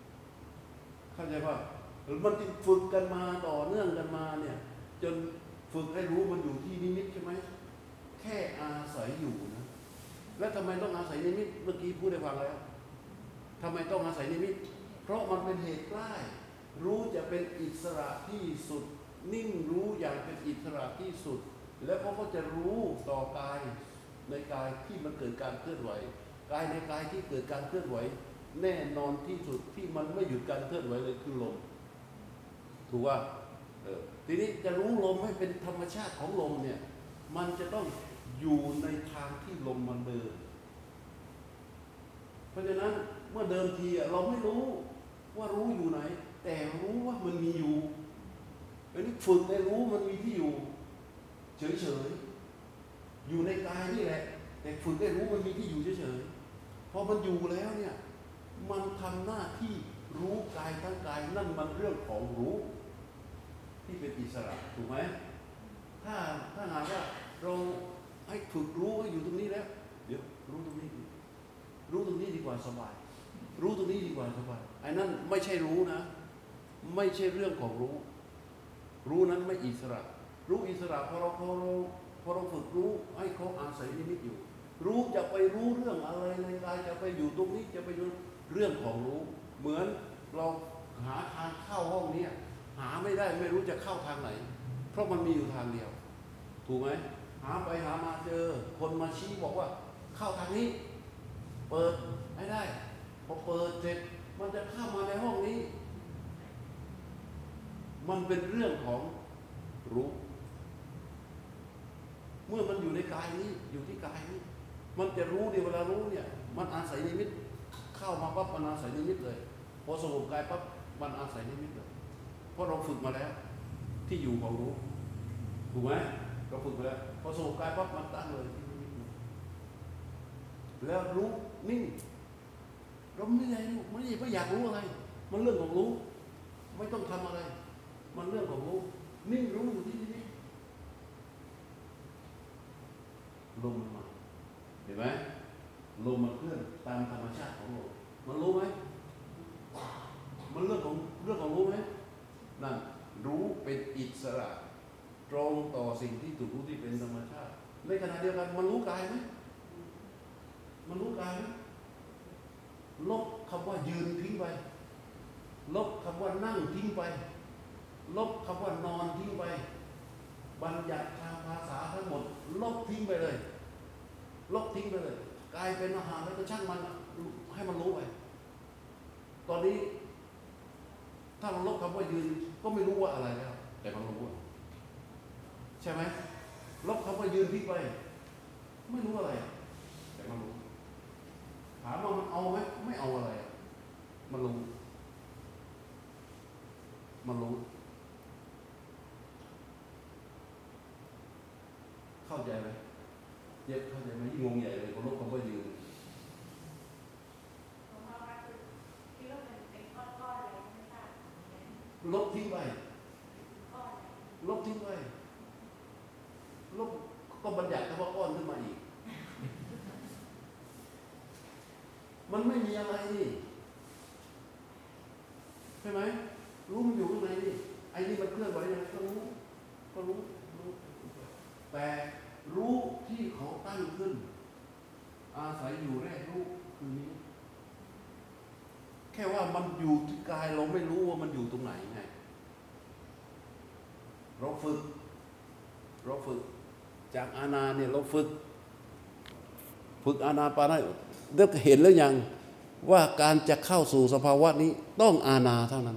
เข้าใจป่ะมันฝึกกันมาต่อเนื่องกันมาเนี่ยจนฝึกให้รู้มันอยู่ที่นิมิตใช่ไหมแค่อาศัยอยู่นะแล้วทำไมต้องอาศัยนิมิตเมื่อกี้พูดได้ฟังแล้วทำไมต้องอาศัยนิมิตเพราะมันเป็นเหตุใกล้รู้จะเป็นอิสระที่สุดนิ่งรู้อย่างเป็นอิสระที่สุดแล้วเขาก็จะรู้ต่อกายในกายที่มันเกิดการเคลื่อนไหวกายในกายที่เกิดการเคลื่อนไหวแน่นอนที่สุดที่มันไม่หยุดการเคลื่อนไหวเลยคือลมถูกว่าทีนี้จะรู้ลมให้เป็นธรรมชาติของลมเนี่ยมันจะต้องอยู่ในทางที่ลมมันเดินเพราะฉะนั้นเมื่อเดิมทีเราไม่รู้ว่ารู้อยู่ไหนแต่รู้ว่ามันมีอยู่อันนี้ฝึกให้รู้มันมีที่อยู่เฉยๆอยู่ในกายนี่แหละแต่ฝึกให้รู้มันมีที่อยู่เฉยๆพอมันอยู่แล้วเนี่ยมันทำหน้าที่รู้กายทั้งกายนั่นมันเรื่องของรู้ที่เป็นอิสระถูกไหมถ้าหากว่าเราให้ฝึกรู้ให้อยู่ตรงนี้แล้วเดี๋ยวรู้ตรงนี้ดีกว่าสบายรู้ตรงนี้ดีกว่าสบายไอ้นั่นไม่ใช่รู้นะไม่ใช่เรื่องของรู้นั้นไม่อิสระรู้อิสระพอเราฝึกรู้ให้เขาอาศัยนิมิตอยู่รู้จะไปรู้เรื่องอะไรในกายจะไปอยู่ตรงนี้จะไปอยู่เรื่องของรู้เหมือนเราหาทางเข้าห้องนี้หาไม่ได้ไม่รู้จะเข้าทางไหนเพราะมันมีอยู่ทางเดียวถูกไหมหาไปหามาเจอคนมาชี้บอกว่าเข้าทางนี้เปิดให้ได้พอเปิดเสร็จมันจะเข้ามาในห้องนี้มันเป็นเรื่องของรู้เมื่อมันอยู่ในกายนี้อยู่ที่กายนี้มันจะรู้เวลารู้เนี่ยมันอาศัยนิมิตเข้ามาปั๊บมันอาศัยนิมิตเลยพอสงบกายปั๊บมันอาศัยนิมิตเลยเพราะเราฝึกมาแล้วที่อยู่ของรู้ถูกไหมเราฝึกมาแล้วพอสงบกายปั๊บมันตั้งเลยที่นิมิตแล้วรู้นิ่งเราไม่ได้ไม่อยากรู้อะไรมันเรื่องของรู้ไม่ต้องทำอะไรมันเรื่องของรู้นิ่งรู้อยู่ที่นี่ลมมาเห็นไหมลมมันเคลื่อนตามธรรมชาติของลมมันรู้ไหมมันเรื่องของรู้ไหมนั่นรู้เป็นอิสระตรงต่อสิ่งที่ถูกรู้ที่เป็นธรรมชาติในขณะเดียวกันมันรู้กายไหมมันรู้กายไหมลบคำว่ายืนทิ้งไปลบคำว่านั่งทิ้งไปลบคำว่านอนทิ้งไปบัญญัติทางภาษาทั้งหมดลบทิ้งไปเลยลบทิ้งไปเลยกลายเป็นอาหารแล้วก็ช่างมันให้มันรู้ไปตอนนี้ถ้ามันลบคำว่ายืนก็ไม่รู้ว่าอะไรแล้วแต่มันรู้ใช่ไหมลบคำว่ายืนทิ้งไปไม่รู้อะไรแต่มันรู้ถามว่ามันเอาไหมไม่เอาอะไรมันรู้เข้าใจไหมเย็บเข้าใจไหมยิ่งงงใหญ่เลยคนลบคำว่ายืนลบทิ้งไปลบก็บัญญัติคำว่าก้อนขึ้นมาอีกมันไม่มีอะไรนี่ใช่ไหมรู้มันอยู่ข้างในนี่ไอ้นี่มันเคลื่อนไหวยังไงก็รู้แต่รู้ที่เขาตั้งขึ้นอาศัยอยู่แรกรู้คือนี้แค่ว่ามันอยู่ที่กายเราไม่รู้ว่ามันอยู่ตรงไหนไงเราฝึกจากอานาเนี่ยเราฝึกอานาปานสติแล้วเห็นแล้วยังว่าการจะเข้าสู่สภาวะนี้ต้องอานาเท่านั้น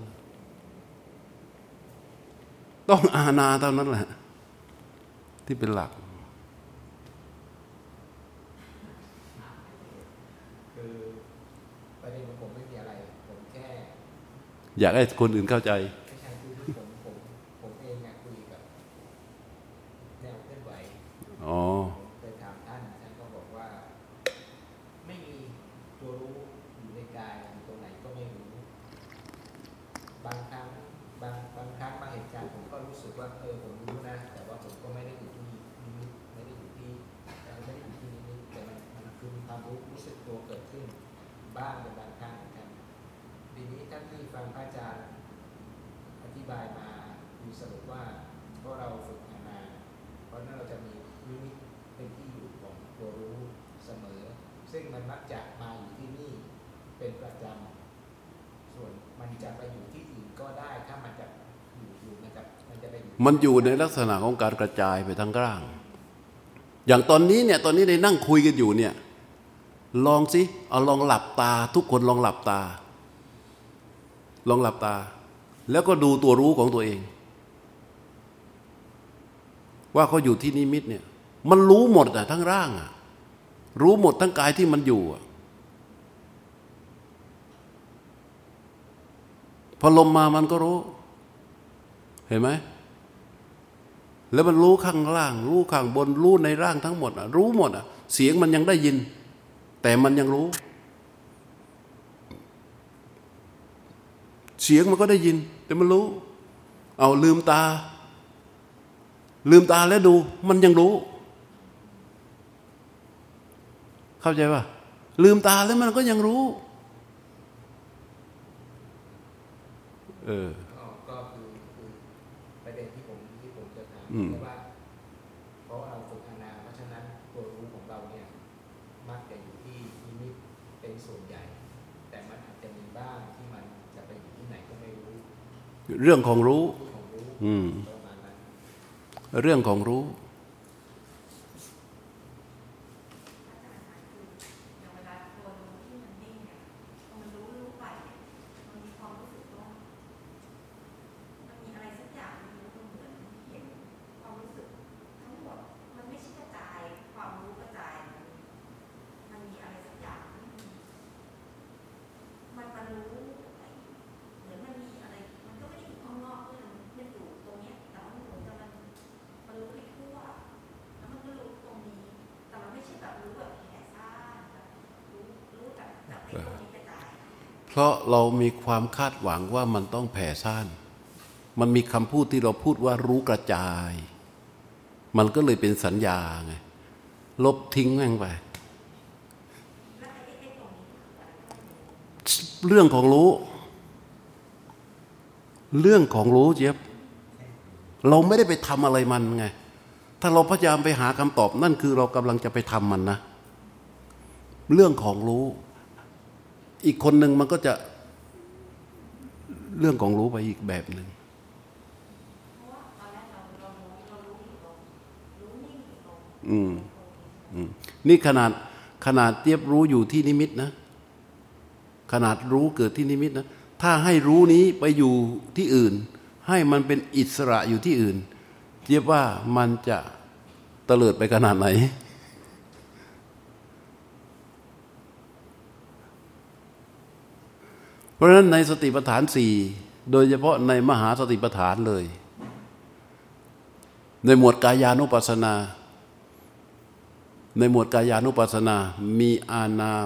ต้องอานาเท่านั้นแหละที่เป็นหลักคือประเด็นของผมไม่มีอะไรผมแค่อยากให้คนอื่นเข้าใจไม่ใช่คือผมเองคุยกับแนวเคลื่อนไหวเคยถามท่านก็บอกว่าไม่มีตัวรู้อยู่ในกายอยู่ตรงไหนก็ไม่รู้บางครั้งบางเหตุการณ์ผมก็รู้สึกว่าผมรู้นะแต่ว่าผมก็ไม่ได้อยู่ที่นิมิตไม่ได้อยู่ที่นิมิตแต่มันคือความรู้สึกตัวเกิดขึ้นบ้างเป็นบางครั้งเหมือนกันทีนี้ท่านที่ฟังพระอาจารย์อธิบายมาคือสรุปว่าเพราะเราฝึกอานาราะนั้นเราจะมีนิมิตเป็นที่อยู่ของตัวรู้เสมอซึ่งมันมักจะมาอยู่ที่นี่เป็นประจำส่วนมันจะไปอยู่ที่อื่นก็ได้ถ้ามันจะอยู่นะครับมันจะไปอยู่มันอยู่ในลักษณะของการกระจายไปทั้งร่างอย่างตอนนี้ได้นั่งคุยกันอยู่เนี่ยลองสิเอาลองหลับตาทุกคนลองหลับตาแล้วก็ดูตัวรู้ของตัวเองว่าเขาอยู่ที่นิมิตเนี่ยมันรู้หมดทั้งร่างรู้หมดทั้งกายที่มันอยู่พอลมมามันก็รู้เห็นไหมแล้วมันรู้ข้างล่างรู้ข้างบนรู้ในร่างทั้งหมดรู้หมดเสียงมันยังได้ยินแต่มันยังรู้เสียงมันก็ได้ยินแต่มันรู้เอาลืมตาแล้วดูมันยังรู้เข้าใจป่ะลืมตาแล้วมันก็ยังรู้ก็คือประเด็นที่ผมจะถามเพราะว่าเพราะเราฝึกอานาเพราะฉะนั้นตัวรู้ของเราเนี่ยมักจะอยู่ที่นิมิตเป็นส่วนใหญ่แต่มันอาจจะมีบ้างที่มันจะไปอยู่ที่ไหนก็ไม่รู้เรื่องของรู้เรื่องของรู้เพราะเรามีความคาดหวังว่ามันต้องแผ่ซ่านมันมีคำพูดที่เราพูดว่ารู้กระจายมันก็เลยเป็นสัญญาไงลบทิ้งแม่งไปเรื่องของรู้เจี๊ยบเราไม่ได้ไปทำอะไรมันไงถ้าเราพยายามไปหาคำตอบนั่นคือเรากำลังจะไปทำมันนะเรื่องของรู้อีกคนหนึ่งมันก็จะเรื่องของรู้ไปอีกแบบหนึ่งนี่ขนาดเจี๊ยบรู้อยู่ที่นิมิตนะขนาดรู้เกิดที่นิมิตนะถ้าให้รู้นี้ไปอยู่ที่อื่นให้มันเป็นอิสระอยู่ที่อื่นเจี๊ยบว่ามันจะเตลิดไปขนาดไหนเพราะฉะนั้นในสติปัฏฐานสี่โดยเฉพาะในมหาสติปัฏฐานเลยในหมวดกายานุปัสสนามีอา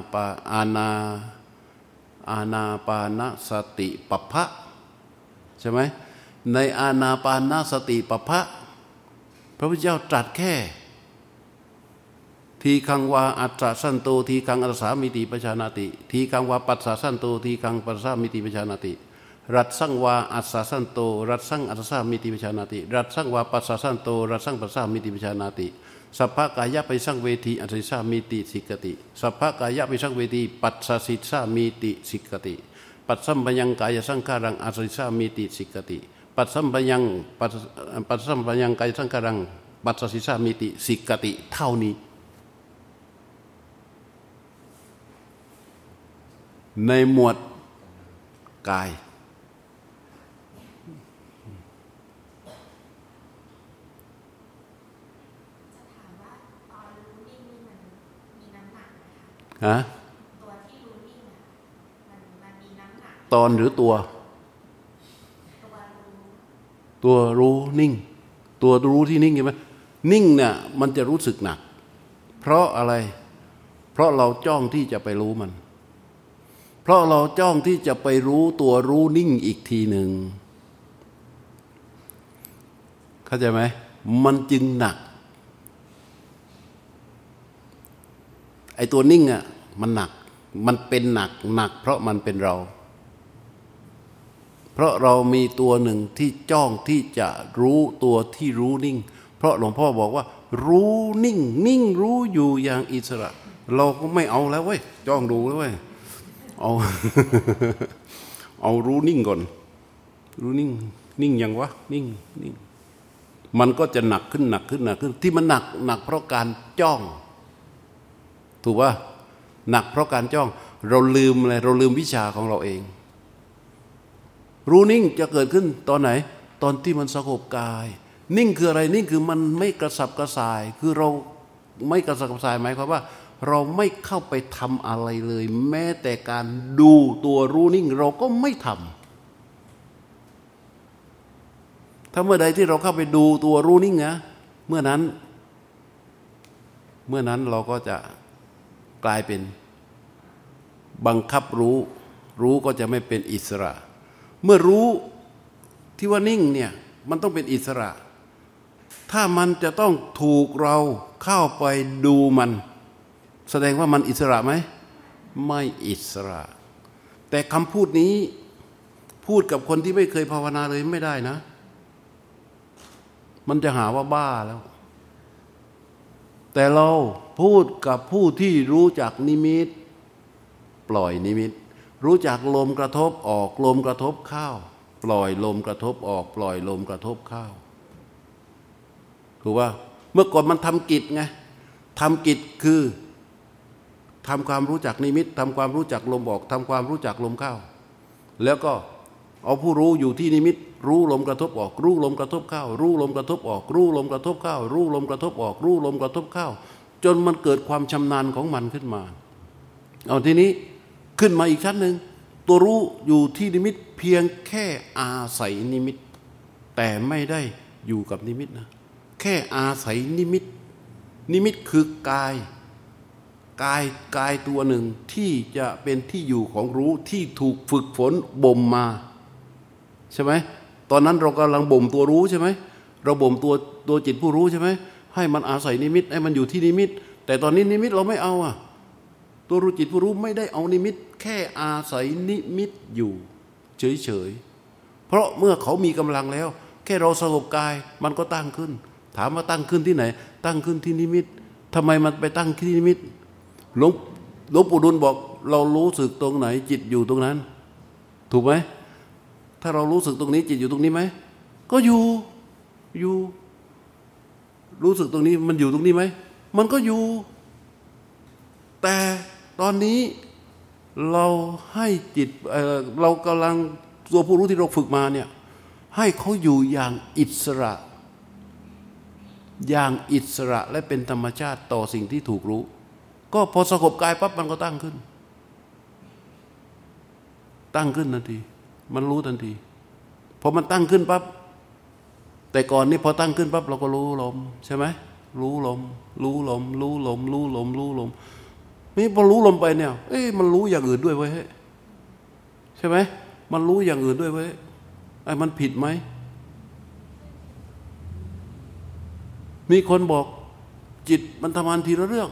นาปานสติปัปพะใช่ไหมในอานาปานสติปัปพะพระพุทธเจ้าตรัสแค่ทีคังวาอัตถสันโตทีคังอัตถสามิติปชานาติทีคังวาปัสสะสันโตทีคังปัสสะมิติปชานาติรัตสังวาอัตถสันโตรัตสังอัตถสามิติปชานาติรัตสังวาปัสสะสันโตรัตสังปัสสะมิติปชานาติสัพพะกายะไปสังเวทีอัตถิสามิติสิกติสัพพะกายะไปสังเวทีปัสสะสิสามิติสิกติปัสสัมปยังกายสังขารังอัตถิสามิติสิกติปัสสัมปยังกายสังขารังปัสสะสิสามิติสิกติเท่านี้ในหมวดกายฮะตอนหรือตัวรู้นิ่งตัวรู้ที่นิ่งใช่ไหมนิ่งเนี่ยมันจะรู้สึกหนักเพราะอะไรเพราะเราจ้องที่จะไปรู้มันเพราะเราจ้องที่จะไปรู้ตัวรู้นิ่งอีกทีหนึ่งเข้าใจไหมมันจึงหนักไอ้ตัวนิ่งอ่ะมันหนักมันเป็นหนักเพราะมันเป็นเราเพราะเรามีตัวหนึ่งที่จ้องที่จะรู้ตัวที่รู้นิ่งเพราะหลวงพ่อบอกว่ารู้นิ่งนิ่งรู้อยู่อย่างอิสระ เราก็ไม่เอาแล้วเว้ยจ้องดูแล้วเว้ยเอา เอารู้นิ่งก่อนรู้นิ่งนิ่งยังวะนิ่งนิ่งมันก็จะหนักขึ้นหนักขึ้นหนักขึ้นที่มันหนักเพราะการจ้องถูกป่ะหนักเพราะการจ้องเราลืมอะไรเราลืมวิชาของเราเองรู้นิ่งจะเกิดขึ้นตอนไหนตอนที่มันสงบกายนิ่งคืออะไรนิ่งคือมันไม่กระสับกระส่ายคือเราไม่กระสับกระส่ายหมายความว่าเราไม่เข้าไปทำอะไรเลยแม้แต่การดูตัวรู้นิ่งเราก็ไม่ทำถ้าเมื่อใดที่เราเข้าไปดูตัวรู้นิ่งนะเมื่อนั้นเราก็จะกลายเป็นบังคับรู้ก็จะไม่เป็นอิสระเมื่อรู้ที่ว่านิ่งเนี่ยมันต้องเป็นอิสระถ้ามันจะต้องถูกเราเข้าไปดูมันแสดงว่ามันอิสระไหมไม่อิสระแต่คำพูดนี้พูดกับคนที่ไม่เคยภาวนาเลยไม่ได้นะมันจะหาว่าบ้าแล้วแต่เราพูดกับผู้ที่รู้จักนิมิตปล่อยนิมิตรู้จักลมกระทบออกลมกระทบเข้าปล่อยลมกระทบออกปล่อยลมกระทบเข้าถูกป่ะเมื่อก่อนมันทำกิจไงทำกิจคือทำความรู้จักนิมิตทำความรู้จักลมออกทำความรู้จักลมเข้าแล้วก็เอาผู้รู้อยู่ที่นิมิตรู้ลมกระทบออกรู้ลมกระทบเข้ารู้ลมกระทบออกรู้ลมกระทบเข้ารู้ลมกระทบออกรู้ลมกระทบเข้าจนมันเกิดความชำนาญของมันขึ้นมาเอาทีนี้ขึ้นมาอีกชั้นหนึ่งตัวรู้อยู่ที่นิมิตเพียงแค่อาศัยนิมิตแต่ไม่ได้อยู่กับนิมิตนะแค่อาศัยนิมิตนิมิตคือกายตัวหนึ่งที่จะเป็นที่อยู่ของรู้ที่ถูกฝึกฝนบ่มมาใช่ไหมตอนนั้นเรากำลังบ่มตัวรู้ใช่ไหมเราบ่มตัวจิตผู้รู้ใช่ไหมให้มันอาศัยนิมิตให้มันอยู่ที่นิมิตแต่ตอนนี้นิมิตเราไม่เอาอ่ะตัวรู้จิตผู้รู้ไม่ได้เอานิมิตแค่อาศัยนิมิตอยู่เฉยๆเพราะเมื่อเขามีกำลังแล้วแค่เราสงบกายมันก็ตั้งขึ้นถามว่าตั้งขึ้นที่ไหนตั้งขึ้นที่นิมิตทำไมมันไปตั้งที่นิมิตหลวงปู่ดุลบอกเรารู้สึกตรงไหนจิตอยู่ตรงนั้นถูกไหมถ้าเรารู้สึกตรงนี้จิตอยู่ตรงนี้ไหมก็อยู่รู้สึกตรงนี้มันอยู่ตรงนี้ไหมมันก็อยู่แต่ตอนนี้เราให้จิตเรากำลังตัวผู้รู้ที่เราฝึกมาเนี่ยให้เขาอยู่อย่างอิสระและเป็นธรรมชาติต่อสิ่งที่ถูกรู้ก็พอสงบกายปั๊บมันก็ตั้งขึ้นทันทีมันรู้ทันทีพอมันตั้งขึ้นปั๊บแต่ก่อนนี้พอตั้งขึ้นปั๊บเราก็รู้ลมใช่ไหมรู้ลมนี่พอรู้ลมไปเนี่ยมันรู้อย่างอื่นด้วยเว้ยใช่ไหมมันรู้อย่างอื่นด้วยเว้ยมันผิดไหมมีคนบอกจิตมันทำงานทีละเรื่อง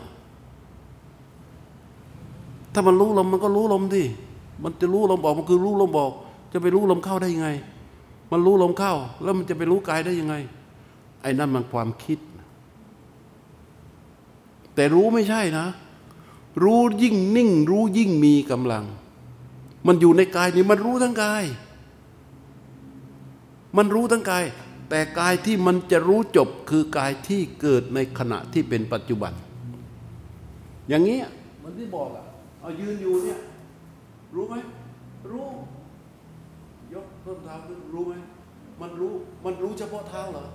ถ้ามันรู้ลมมันก็รู้ลมดิมันจะรู้ลมออกมันคือรู้ลมออกจะไปรู้ลมเข้าได้ยังไงมันรู้ลมเข้าแล้วมันจะไปรู้กายได้ยังไงไอ้นั่นมันความคิดแต่รู้ไม่ใช่นะรู้ยิ่งนิ่งรู้ยิ่งมีกำลังมันอยู่ในกายนี่มันรู้ทั้งกายแต่กายที่มันจะรู้จบคือกายที่เกิดในขณะที่เป็นปัจจุบันอย่างนี้มันที่บอกเอายืนอยู่เนี่ยรู้ไหมรู้ยกต้นเท้าขึ้นรู้ไหมมันรู้เฉพาะเท้าเหรอ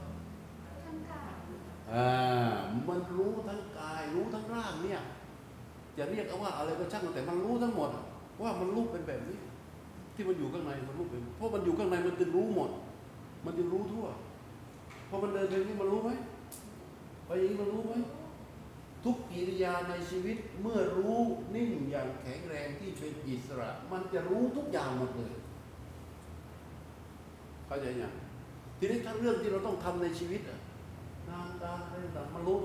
มันรู้ทั้งกายรู้ทั้งร่างเนี่ยจะเรียกว่าอะไรก็ช่างแต่มันรู้ทั้งหมดว่ามันรู้เป็นแบบนี้ที่มันอยู่ข้างในมันรู้เป็นเพราะมันอยู่ข้างในมันจะรู้หมดมันจะรู้ทั่วพอมันเดินไปนี่มันรู้ไหมไปอย่างนี้มันรู้ไหมทุกกิริยาในชีวิตเมื่อรู้นิ่งอย่างแข็งแรงที่เป็นอิสระมันจะรู้ทุกอย่างหมดเลยเข้าใจยังทีนี้ถ้าเรื่องที่เราต้องทำในชีวิตงานการอะไรต่างมันรู้ไหม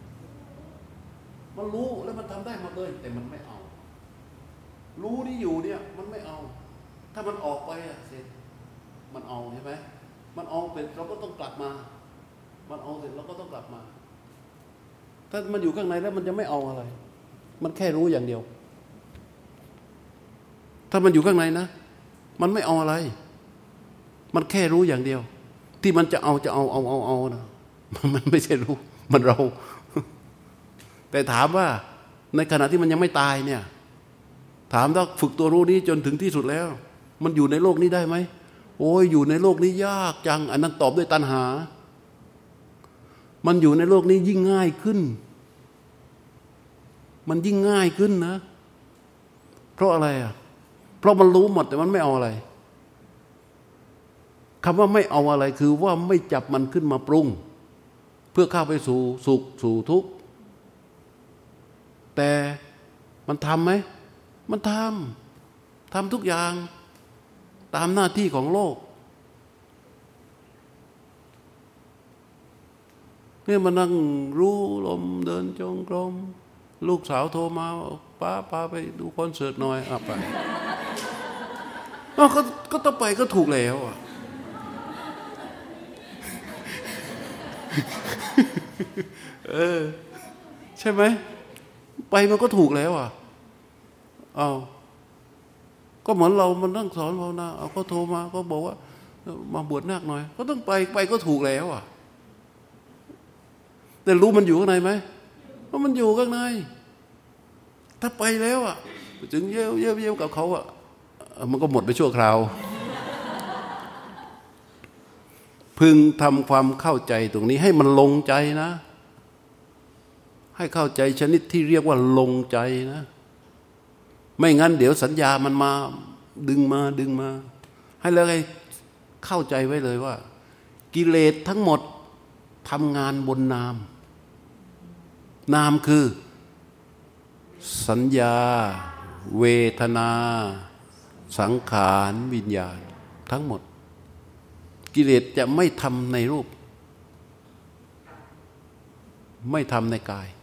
มันรู้แล้วมันทำได้หมดเลยแต่มันไม่เอารู้ที่อยู่เนี่ยมันไม่เอาถ้ามันออกไปเสร็จมันเอาใช่ไหมมันเอาเป็นเราก็ต้องกลับมามันเอาเสร็จแล้วก็ต้องกลับมาถ้ามันอยู่ข้างในแล้วมันจะไม่เอาอะไรมันแค่รู้อย่างเดียวถ้ามันอยู่ข้างในนะมันไม่เอาอะไรมันแค่รู้อย่างเดียวที่มันจะเอานะมันไม่ใช่รู้มันเราแต่ถามว่าในขณะที่มันยังไม่ตายเนี่ยถามถ้าฝึกตัวรู้นี้จนถึงที่สุดแล้วมันอยู่ในโลกนี้ได้ไหมโอ้ยอยู่ในโลกนี้ยากจังอันนั้นตอบด้วยตัณหามันอยู่ในโลกนี้ยิ่งง่ายขึ้นมันยิ่งง่ายขึ้นนะเพราะอะไรอ่ะเพราะมันรู้หมดแต่มันไม่เอาอะไรคำว่าไม่เอาอะไรคือว่าไม่จับมันขึ้นมาปรุงเพื่อเข้าไปสู่สุขสู่ทุกข์แต่มันทำไหมมันทำทุกอย่างตามหน้าที่ของโลกเนี่ยมันนั่งรู้ลมเดินจงกรมลูกสาวโทรมาป้าไปดูคอนเสิร์ตหน่อยไปก็ต้องไปก็ถูกแล้วอ่ะใช่ไหมไปมันก็ถูกแล้วอ่ะก็เหมือนเรามันนั่งสอนภาวนาเขาโทรมาก็บอกว่ามาบวชนาคหน่อยก็ต้องไปก็ถูกแล้วอ่ะแต่รู้มันอยู่ข้างในไหมเพราะมันอยู่ข้างในถ้าไปแล้วอ่ะถึงเยี่ยวกับเขาอ่ะมันก็หมดไปชั่วคราวพึงทำความเข้าใจตรงนี้ให้มันลงใจนะให้เข้าใจชนิดที่เรียกว่าลงใจนะไม่งั้นเดี๋ยวสัญญามันมาดึงมาให้แล้วให้เข้าใจไว้เลยว่ากิเลสทั้งหมดทำงานบนนามคือสัญญาเวทนาสังขารวิญญาณทั้งหมดกิเลสจะไม่ทำในรูปไม่ทำในกาย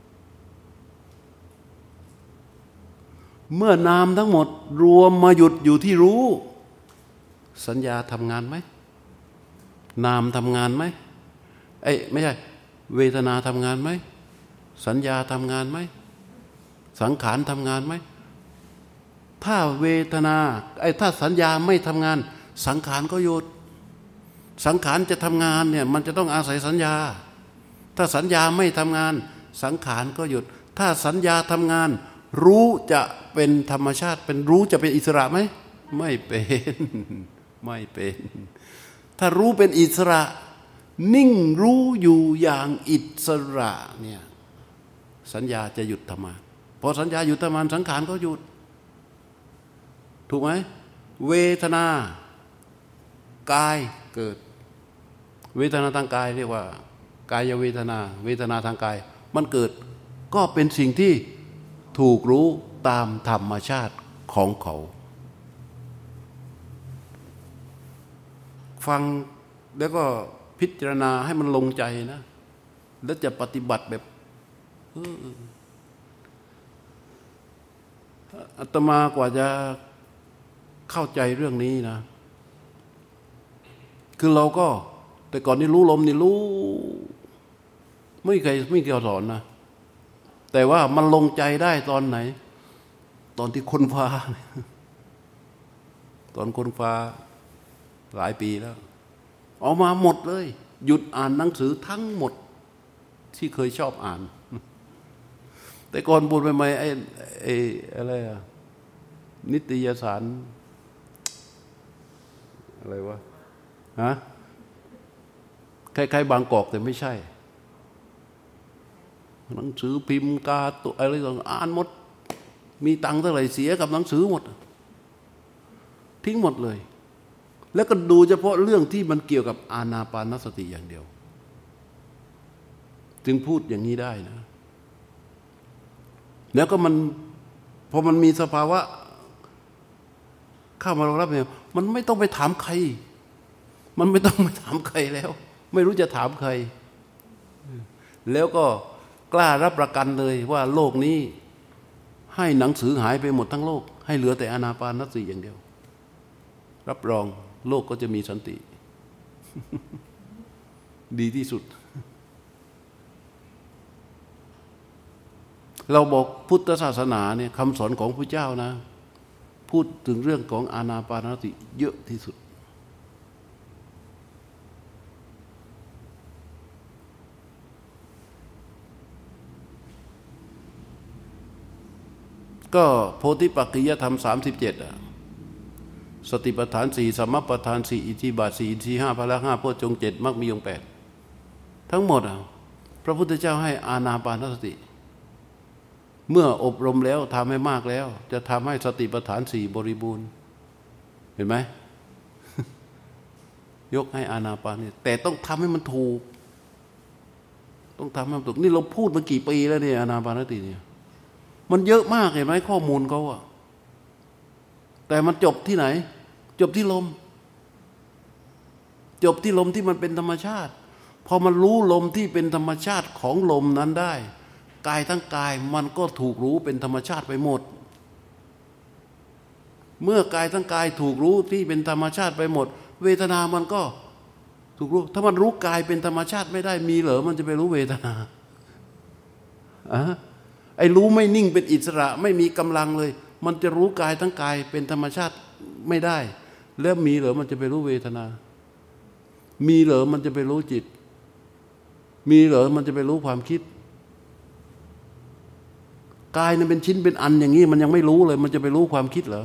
เมื่อนามทั้งหมดรวมมาหยุดอยู่ที่รู้สัญญาทำงานไหมนามทำงานไหมไม่ใช่เวทนาทำงานไหมสัญญาทำงานไหมสังขารทำงานไหมถ้าเวทนาถ้าสัญญาไม่ทำงานสังขารก็หยุดสังขารจะทำงานเนี่ยมันจะต้องอาศัยสัญญาถ้าสัญญาไม่ทำงานสังขารก็หยุดถ้าสัญญาทำงานรู้จะเป็นธรรมชาติเป็นรู้จะเป็นอิสระไหมไม่เป็นถ้ารู้เป็นอิสระนิ่งรู้อยู่อย่างอิสระเนี่ยสัญญาจะหยุดทำงานพอสัญญาหยุดทำงานสังขารก็หยุดถูกไหมเวทนากายเกิดเวทนาทางกายเรียกว่ากายเวทนาทางกายมันเกิดก็เป็นสิ่งที่ถูกรู้ตามธรรมชาติของเขาฟังแล้วก็พิจารณาให้มันลงใจนะแล้วจะปฏิบัติแบบอาตมากว่าจะเข้าใจเรื่องนี้นะคือเราก็แต่ก่อนนี่รู้ลมนี่รู้ไม่เคยสอนนะแต่ว่ามันลงใจได้ตอนไหนตอนที่ค้นฟ้าตอนค้นฟ้าหลายปีแล้วออกมาหมดเลยหยุดอ่านหนังสือทั้งหมดที่เคยชอบอ่านแต่ก่อนบวชใหม่ๆอะไรอะนิตยสารอะไรวะคล้ายๆบางกอกแต่ไม่ใช่หนังสือพิมพ์กาตัวอะไรต่างอ่านหมดมีตังค์เท่าไหร่เสียกับหนังสือหมดทิ้งหมดเลยแล้วก็ดูเฉพาะเรื่องที่มันเกี่ยวกับอานาปานสติอย่างเดียวจึงพูดอย่างนี้ได้นะแล้วก็มันพอมันมีสภาวะเข้ามารองรับเนี่ยมันไม่ต้องไปถามใครมันไม่ต้องไปถามใครแล้วไม่รู้จะถามใครแล้วก็กล้ารับประกันเลยว่าโลกนี้ให้หนังสือหายไปหมดทั้งโลกให้เหลือแต่อานาปานสติอย่างเดียวรับรองโลกก็จะมีสันติดีที่สุดเราบอกพุทธศาสนาเนี่ยคำสอนของพระเจ้านะพูดถึงเรื่องของอานาปานสติเยอะที่สุดก็โพธิปักขิยธรรม37สติปัฏฐาน4สัมมาปัฏฐาน4อิทธิบาท4อินทรีย์5พละ5โพชฌงค์7มรรคมีองค์8ทั้งหมดพระพุทธเจ้าให้อานาปานสติเมื่ออบรมแล้วทำให้มากแล้วจะทำให้สติปัฏฐาน4บริบูรณ์เห็นไหม ยกให้อานาปานนี่แต่ต้องทำให้มันถูกต้องทำให้มันถูกนี่เราพูดมากี่ปีแล้วเนี่ยอานาปานสติเนี่ยมันเยอะมากเห็นไหมข้อมูลเขาอะแต่มันจบที่ไหนจบที่ลมจบที่ลมที่มันเป็นธรรมชาติพอมันรู้ลมที่เป็นธรรมชาติของลมนั้นได้กายทั้งกายมันก็ถูกรู้เป็นธรรมชาติไปหมดเมื่อกายทั้งกายถูกรู้ที่เป็นธรรมชาติไปหมดเวทนามันก็ถูกรู้ถ้ามันรู้กายเป็นธรรมชาติไม่ได้มีเหรอมันจะไปรู้เวทนาไอ้รู้ไม่นิ่งเป็นอิสระไม่มีกำลังเลยมันจะรู้กายทั้งกายเป็นธรรมชาติไม่ได้แล้วมีเหรอมันจะไปรู้เวทนามีเหรอมันจะไปรู้จิตมีเหรอมันจะไปรู้ความคิดกายนั้นเป็นชิ้นเป็นอันอย่างนี้มันยังไม่รู้เลยมันจะไปรู้ความคิดเหรอ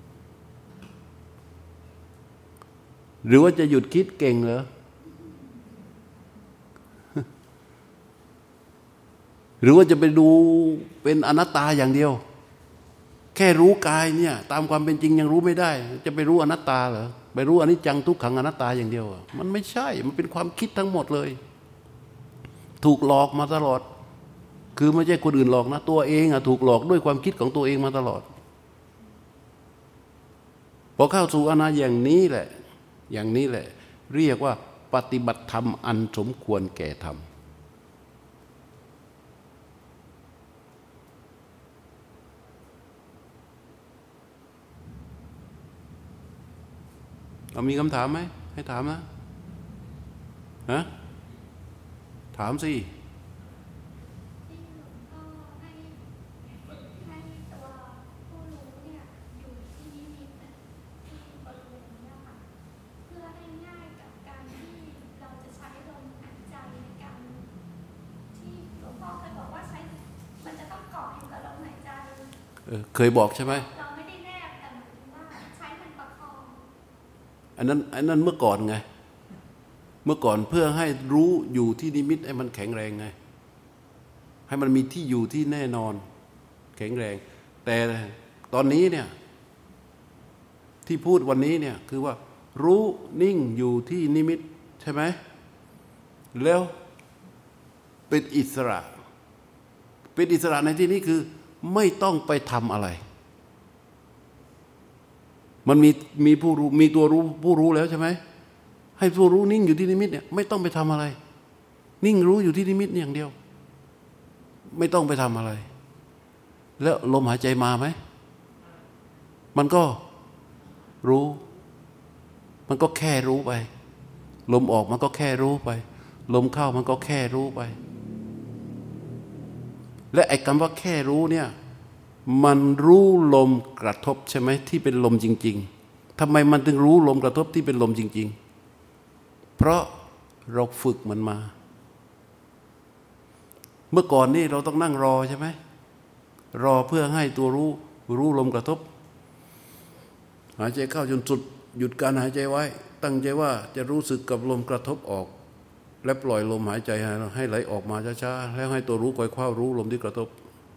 หรือว่าจะหยุดคิดเก่งเหรอหรือว่าจะไปดูเป็นอนัตตาอย่างเดียวแค่รู้กายเนี่ยตามความเป็นจริงยังรู้ไม่ได้จะไปรู้อนัตตาเหรอไปรู้อนิจจังทุกขังอนัตตาอย่างเดียวมันไม่ใช่มันเป็นความคิดทั้งหมดเลยถูกหลอกมาตลอดคือไม่ใช่คนอื่นหลอกนะตัวเองถูกหลอกด้วยความคิดของตัวเองมาตลอดพอเข้าสู่อนาอย่างนี้แหละอย่างนี้แหละเรียกว่าปฏิบัติธรรมอันสมควรแก่ธรรมมีคำถามไหมให้ถามนะฮะถามสิเคยบอกใช่ไหมเราไม่ได้แนบแต่หมายถึงว่าใช้มันประคองอันนั้นเมื่อก่อนไงเมื่อก่อนเพื่อให้รู้อยู่ที่นิมิตให้มันแข็งแรงไงให้มันมีที่อยู่ที่แน่นอนแข็งแรงแต่ตอนนี้เนี่ยที่พูดวันนี้เนี่ยคือว่ารู้นิ่งอยู่ที่นิมิตใช่ไหมแล้วเป็นอิสระเป็นอิสระในที่นี้คือไม่ต้องไปทำอะไรมันมีผู้รู้มีตัวรู้ผู้รู้แล้วใช่ไหมให้ผู้รู้นิ่งอยู่ที่นิมิตเนี่ยไม่ต้องไปทำอะไรนิ่งรู้อยู่ที่นิมิตอย่างเดียวไม่ต้องไปทำอะไรแล้วลมหายใจมาไหมมันก็รู้มันก็แค่รู้ไปลมออกมันก็แค่รู้ไปลมเข้ามันก็แค่รู้ไปและไอ้คำว่าแค่รู้เนี่ยมันรู้ลมกระทบใช่ไหมที่เป็นลมจริงๆทำไมมันถึงรู้ลมกระทบที่เป็นลมจริงๆเพราะเราฝึกมันมาเมื่อก่อนนี่เราต้องนั่งรอใช่ไหมรอเพื่อให้ตัวรู้ลมกระทบหายใจเข้าจนสุดหยุดการหายใจไว้ตั้งใจว่าจะรู้สึกกับลมกระทบออกและปล่อยลมหายใจให้ไหลออกมาช้าๆแล้วให้ตัวรู้ค่อยๆรู้ลมที่กระทบ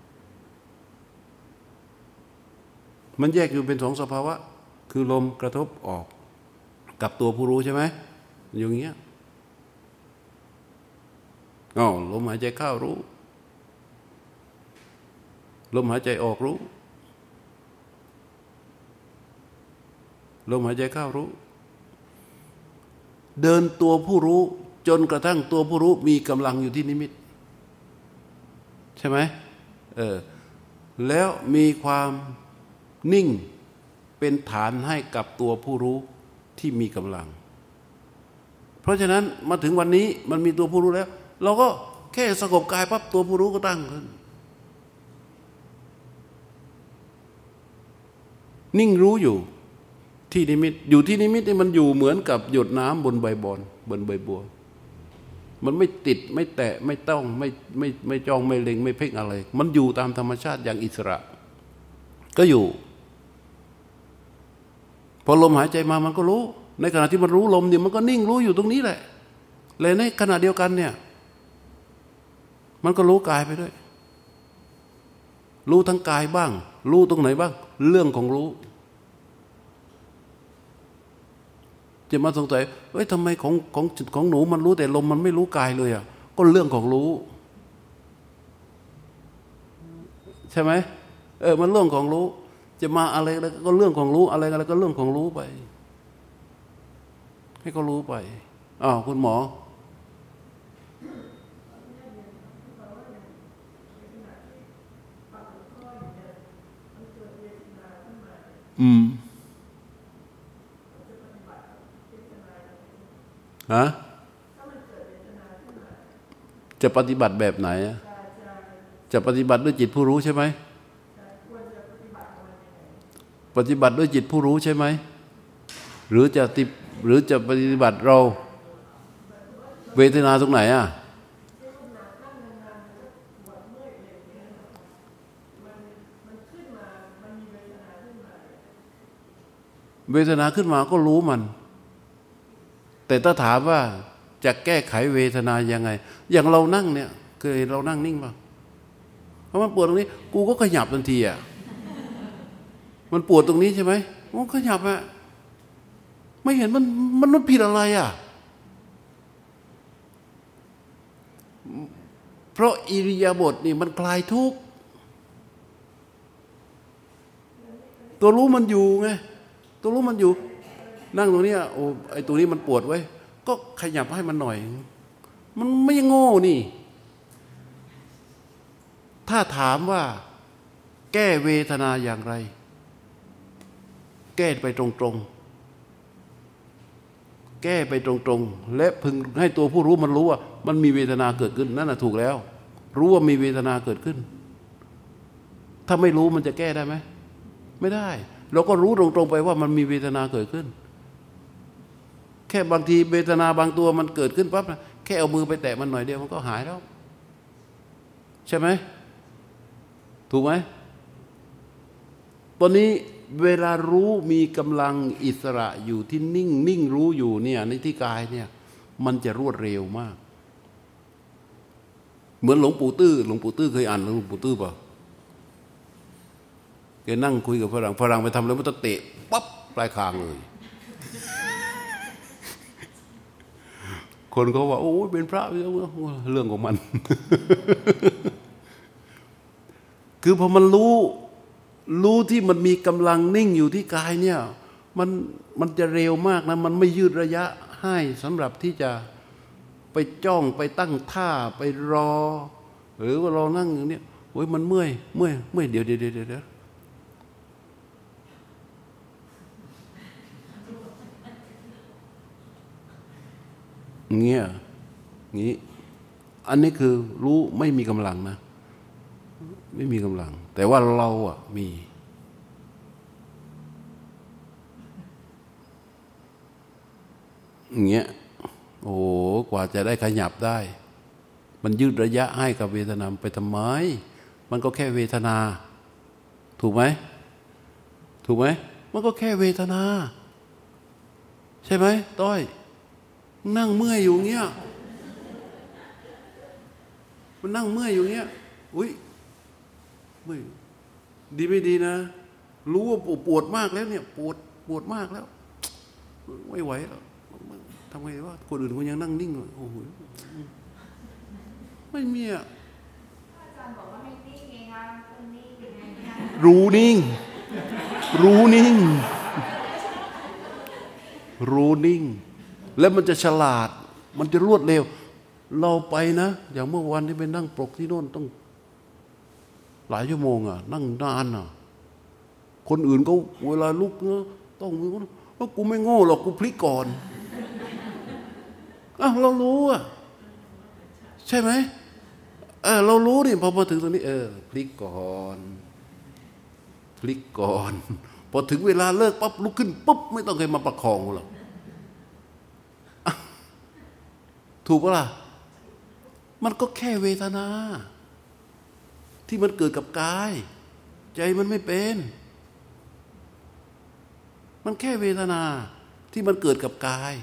มันแยกอยู่เป็นสองสภาวะคือลมกระทบออกกับตัวผู้รู้ใช่ไหมอย่างเงี้ยลมหายใจเข้ารู้ลมหายใจออกรู้ลมหายใจเข้ารู้เดินตัวผู้รู้จนกระทั่งตัวผู้รู้มีกำลังอยู่ที่นิมิตใช่ไหมแล้วมีความนิ่งเป็นฐานให้กับตัวผู้รู้ที่มีกำลังเพราะฉะนั้นมาถึงวันนี้มันมีตัวผู้รู้แล้ว เราก็แค่สงบกายปั๊บตัวผู้รู้ก็ตั้งขึ้นนิ่งรู้อยู่ที่นิมิตอยู่ที่นิมิตนี่มันอยู่เหมือนกับหยดน้ำบนใบบอนบนใบบัวมันไม่ติดไม่แตะไม่ต้องไม่จ้องไม่เล็งไม่เพ่งอะไรมันอยู่ตามธรรมชาติอย่างอิสระก็อยู่พอลมหายใจมามันก็รู้ในขณะที่มันรู้ลมเนี่ยมันก็นิ่งรู้อยู่ตรงนี้แหละเลยในขณะเดียวกันเนี่ยมันก็รู้กายไปด้วยรู้ทั้งกายบ้างรู้ตรงไหนบ้างเรื่องของรู้จะมาสงสัยเฮ้ยทำไมของหนูมันรู้แต่ลมมันไม่รู้กายเลยอ่ะก็เรื่องของรู้ใช่ไหมมันเรื่องของรู้จะมาอะไรก็เรื่องของรู้อะไรก็เรื่องของรู้ไปให้เขารู้ไปคุณหมอจะปฏิบัติแบบไหนจะปฏิบัติด้วยจิตผู้รู้ใช่ไหมปฏิบัติด้วยจิตผู้รู้ใช่ไหมหรือจะปฏิบัติเราเวทนาตรงไหนเวทนาขึ้นมาก็รู้มันแต่ถ้าถามว่าจะแก้ไขเวทนายังไงอย่างเรานั่งเนี่ยเคยเรานั่งนิ่งป่ะเพราะมันปวดตรงนี้กูก็ขยับทันทีมันปวดตรงนี้ใช่ไหมกูขยับไม่เห็นมันผิดอะไรเพราะอิริยาบถนี่มันคลายทุกข์ตัวรู้มันอยู่ไงตัวรู้มันอยู่นั่งตรงนี้ไอ้ตัวนี้มันปวดไว้ก็ขยับให้มันหน่อยมันไม่โง่นี่ถ้าถามว่าแก้เวทนาอย่างไรแก้ไปตรงๆแก้ไปตรงๆและพึงให้ตัวผู้รู้มันรู้ว่ามันมีเวทนาเกิดขึ้นนั่นถูกแล้วรู้ว่ามีเวทนาเกิดขึ้นถ้าไม่รู้มันจะแก้ได้ไหมไม่ได้เราก็รู้ตรงๆไปว่ามันมีเวทนาเกิดขึ้นแค่บางทีเวทนาบางตัวมันเกิดขึ้นปั๊บนะแค่เอามือไปแตะมันหน่อยเดียวมันก็หายแล้วใช่ไหมถูกไหมตอนนี้เวลารู้มีกำลังอิสระอยู่ที่นิ่งรู้อยู่เนี่ยในที่กายเนี่ยมันจะรวดเร็วมากเหมือนหลวงปู่ตื้อเคยอ่านหลวงปู่ตื้อป่ะแกนั่งคุยกับฝรั่งไปทำแล้วมันจะเตะปั๊บปลายคางเลยคนเขาว่าโอ้เป็นพระเรื่องของมัน คือพอมันรู้ที่มันมีกำลังนิ่งอยู่ที่กายเนี่ยมันจะเร็วมากนะมันไม่ยืดระยะให้สำหรับที่จะไปจ้องไปตั้งท่าไปรอหรือว่าเรานั่งอย่างนี้โอ้ยมันเมื่อยเดี๋ยวงี้อันนี้คือรู้ไม่มีกำลังนะไม่มีกำลังแต่ว่าเรามีอย่างเงี้ยโอ้กว่าจะได้ขยับได้มันยืดระยะให้กับเวทนาไปทำไมมันก็แค่เวทนาถูกไหมมันก็แค่เวทนาใช่ไหมต้อยนั่งเมื่อยอยู่เงี้ยมันนั่งเมื่อยอยู่เงี้ยอุ้ยไม่ดีไม่ดีนะรู้ว่าปวดมากแล้วเนี่ยปวดมากแล้วไม่ไหวแล้วทำไงวะคนอื่นเขายังนั่งนิ่งเลยโอ้โหไม่มีอาจารย์บอกว่าให้นิ่งไงคะรู้นิ่งแล้วมันจะฉลาดมันจะรวดเร็วเราไปนะอย่างเมื่อวันที่ไปนั่งปลกที่โน่นต้องหลายชั่วโมงนั่งนานคนอื่นก็เวลาลุกต้องมือว่ากูไม่โง่หรอกกูพลิกก่อนเรารู้อ่ะใช่ไหมเรารู้นี่พอมาถึงตรงนี้พลิกก่อนพอถึงเวลาเลิกปั๊บลุกขึ้นปุ๊บไม่ต้องใครมาประคองหรอกถูกปะล่ะมันก็แค่เวทนาที่มันเกิดกับกายใจมันไม่เป็นมันแค่เวทนาที่มันเกิดกับกาย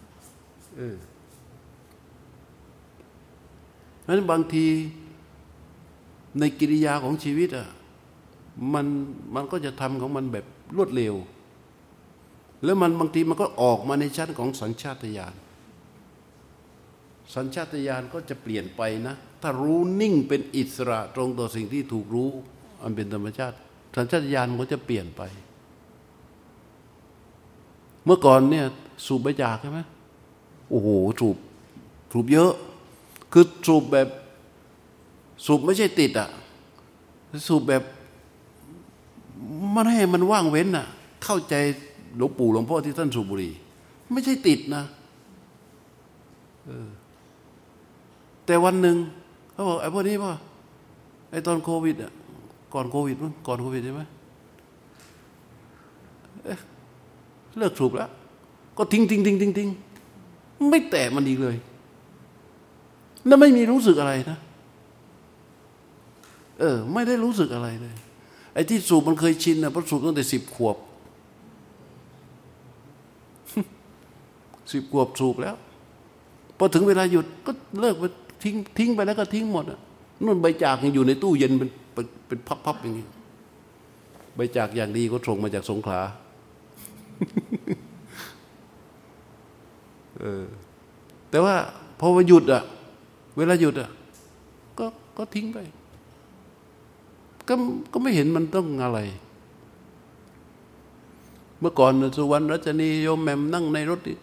นั้นบางทีในกิริยาของชีวิตมันก็จะทำของมันแบบรวดเร็วแล้วมันบางทีมันก็ออกมาในชั้นของสัญชาตญาณก็จะเปลี่ยนไปนะถ้ารู้นิ่งเป็นอิสระตรงต่อสิ่งที่ถูกรู้อันเป็นธรรมชาติสัญชาตญาณมันก็จะเปลี่ยนไปเมื่อก่อนเนี่ยสูบใบจากใช่ไหมโอ้โหสูบเยอะคือสูบแบบสูบไม่ใช่ติดอ่ะสูบแบบมันให้มันว่างเว้นอ่ะเข้าใจหลวงปู่หลวงพ่อที่ท่านสูบบุหรี่ไม่ใช่ติดนะแต่วันหนึ่งเขาบอกไอ้พวกนี้ป่ะไอ้ตอนโควิดอ่ะก่อนโควิดมั้งก่อนโควิดใช่ไหมเลิกสูบแล้วก็ทิ้งไม่แตะมันอีกเลยแล้วไม่มีรู้สึกอะไรนะไม่ได้รู้สึกอะไรเลยไอ้ที่สูบมันเคยชินนะเพราะสูบตั้งแต่10 ขวบ 10 ขวบสูบแล้วพอถึงเวลาหยุดก็เลิกไปทิ้งไปแล้วก็ทิ้งหมดอ่ะนู่นใบจากยังอยู่ในตู้เย็นเป็นพับๆอย่างนี้ใบจากอย่างดีก็ส่งมาจากสงขลา แต่ว่าพอหยุดอ่ะเวลาหยุดอ่ะก็ทิ้งไปก็ไม่เห็นมันต้องอะไรเมื่อก่อนสุวรรณรัชนีโยมแหม่มนั่งในรถดิ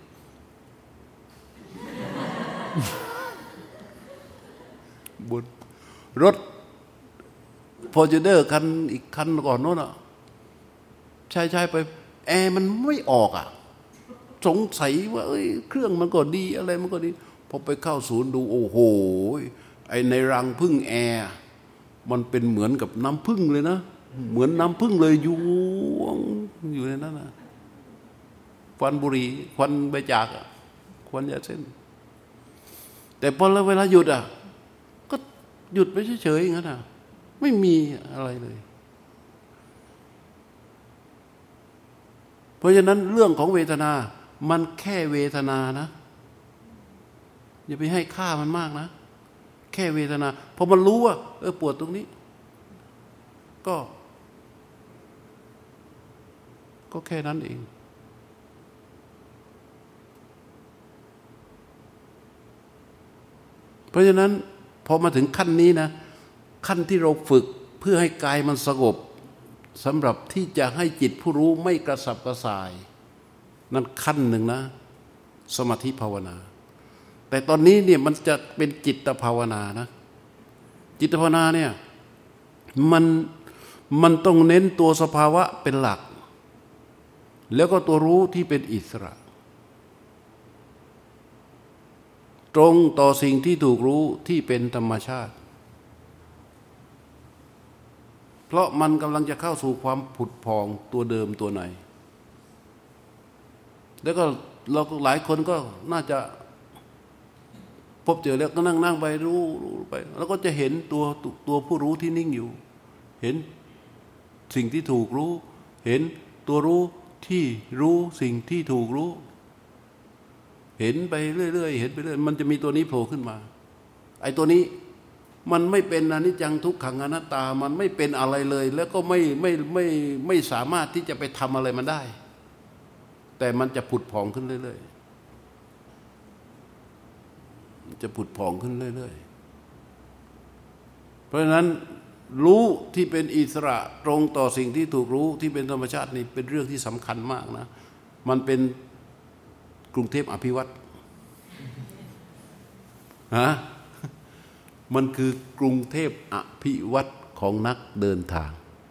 บนรถฟอร์จูเนอร์อีกคันก่อนโน้นอ่ะใช่ไปแอร์มันไม่ออกอ่ะสงสัยว่าเครื่องมันก็ดีอะไรมันก็ดีพอไปเข้าศูนย์ดูโอ้โหไอในรังผึ้งแอร์มันเป็นเหมือนกับน้ำผึ้งเลยนะเหมือนน้ำผึ้งเลยอยู่ในนั้นนะควันบุหรี่ควันใบจากควันยาเส้นแต่พอเวลาหยุดอ่ะก็หยุดไปเฉยๆอย่างนั้นอ่ะไม่มีอะไรเลยเพราะฉะนั้นเรื่องของเวทนามันแค่เวทนานะอย่าไปให้ค่ามันมากนะแค่เวทนาพอมันรู้ว่าปวดตรงนี้ก็แค่นั้นเองเพราะฉะนั้นพอมาถึงขั้นนี้นะขั้นที่เราฝึกเพื่อให้กายมันสงบสำหรับที่จะให้จิตผู้รู้ไม่กระสับกระส่ายนั่นขั้นหนึ่งนะสมาธิภาวนาแต่ตอนนี้เนี่ยมันจะเป็นจิตภาวนานะจิตภาวนาเนี่ยมันต้องเน้นตัวสภาวะเป็นหลักแล้วก็ตัวรู้ที่เป็นอิสระตรงต่อสิ่งที่ถูกรู้ที่เป็นธรรมชาติเพราะมันกำลังจะเข้าสู่ความผุดพองตัวเดิมตัวไหนแล้วก็เราหลายคนก็น่าจะพบเจอแล้วก็นั่งไปรู้ไปแล้วก็จะเห็นตัวผู้รู้ที่นิ่งอยู่เห็นสิ่งที่ถูกรู้เห็นตัวรู้ที่รู้สิ่งที่ถูกรู้เห็นไปเรื่อยๆเห็นไปเรื่อยมันจะมีตัวนี้โผล่ขึ้นมาไอ้ตัวนี้มันไม่เป็นอนิจจังทุกขังอนัตตามันไม่เป็นอะไรเลยแล้วก็ไม่สามารถที่จะไปทำอะไรมันได้แต่มันจะผุดผ่องขึ้นเรื่อยๆจะผุดผ่องขึ้นเรื่อยๆเพราะฉะนั้นรู้ที่เป็นอิสระตรงต่อสิ่งที่ถูกรู้ที่เป็นธรรมชาตินี่เป็นเรื่องที่สำคัญมากนะมันเป็นกรุงเทพอภิวัตน์มันคือกรุงเทพอภิวัตน์ของนักเดินทาง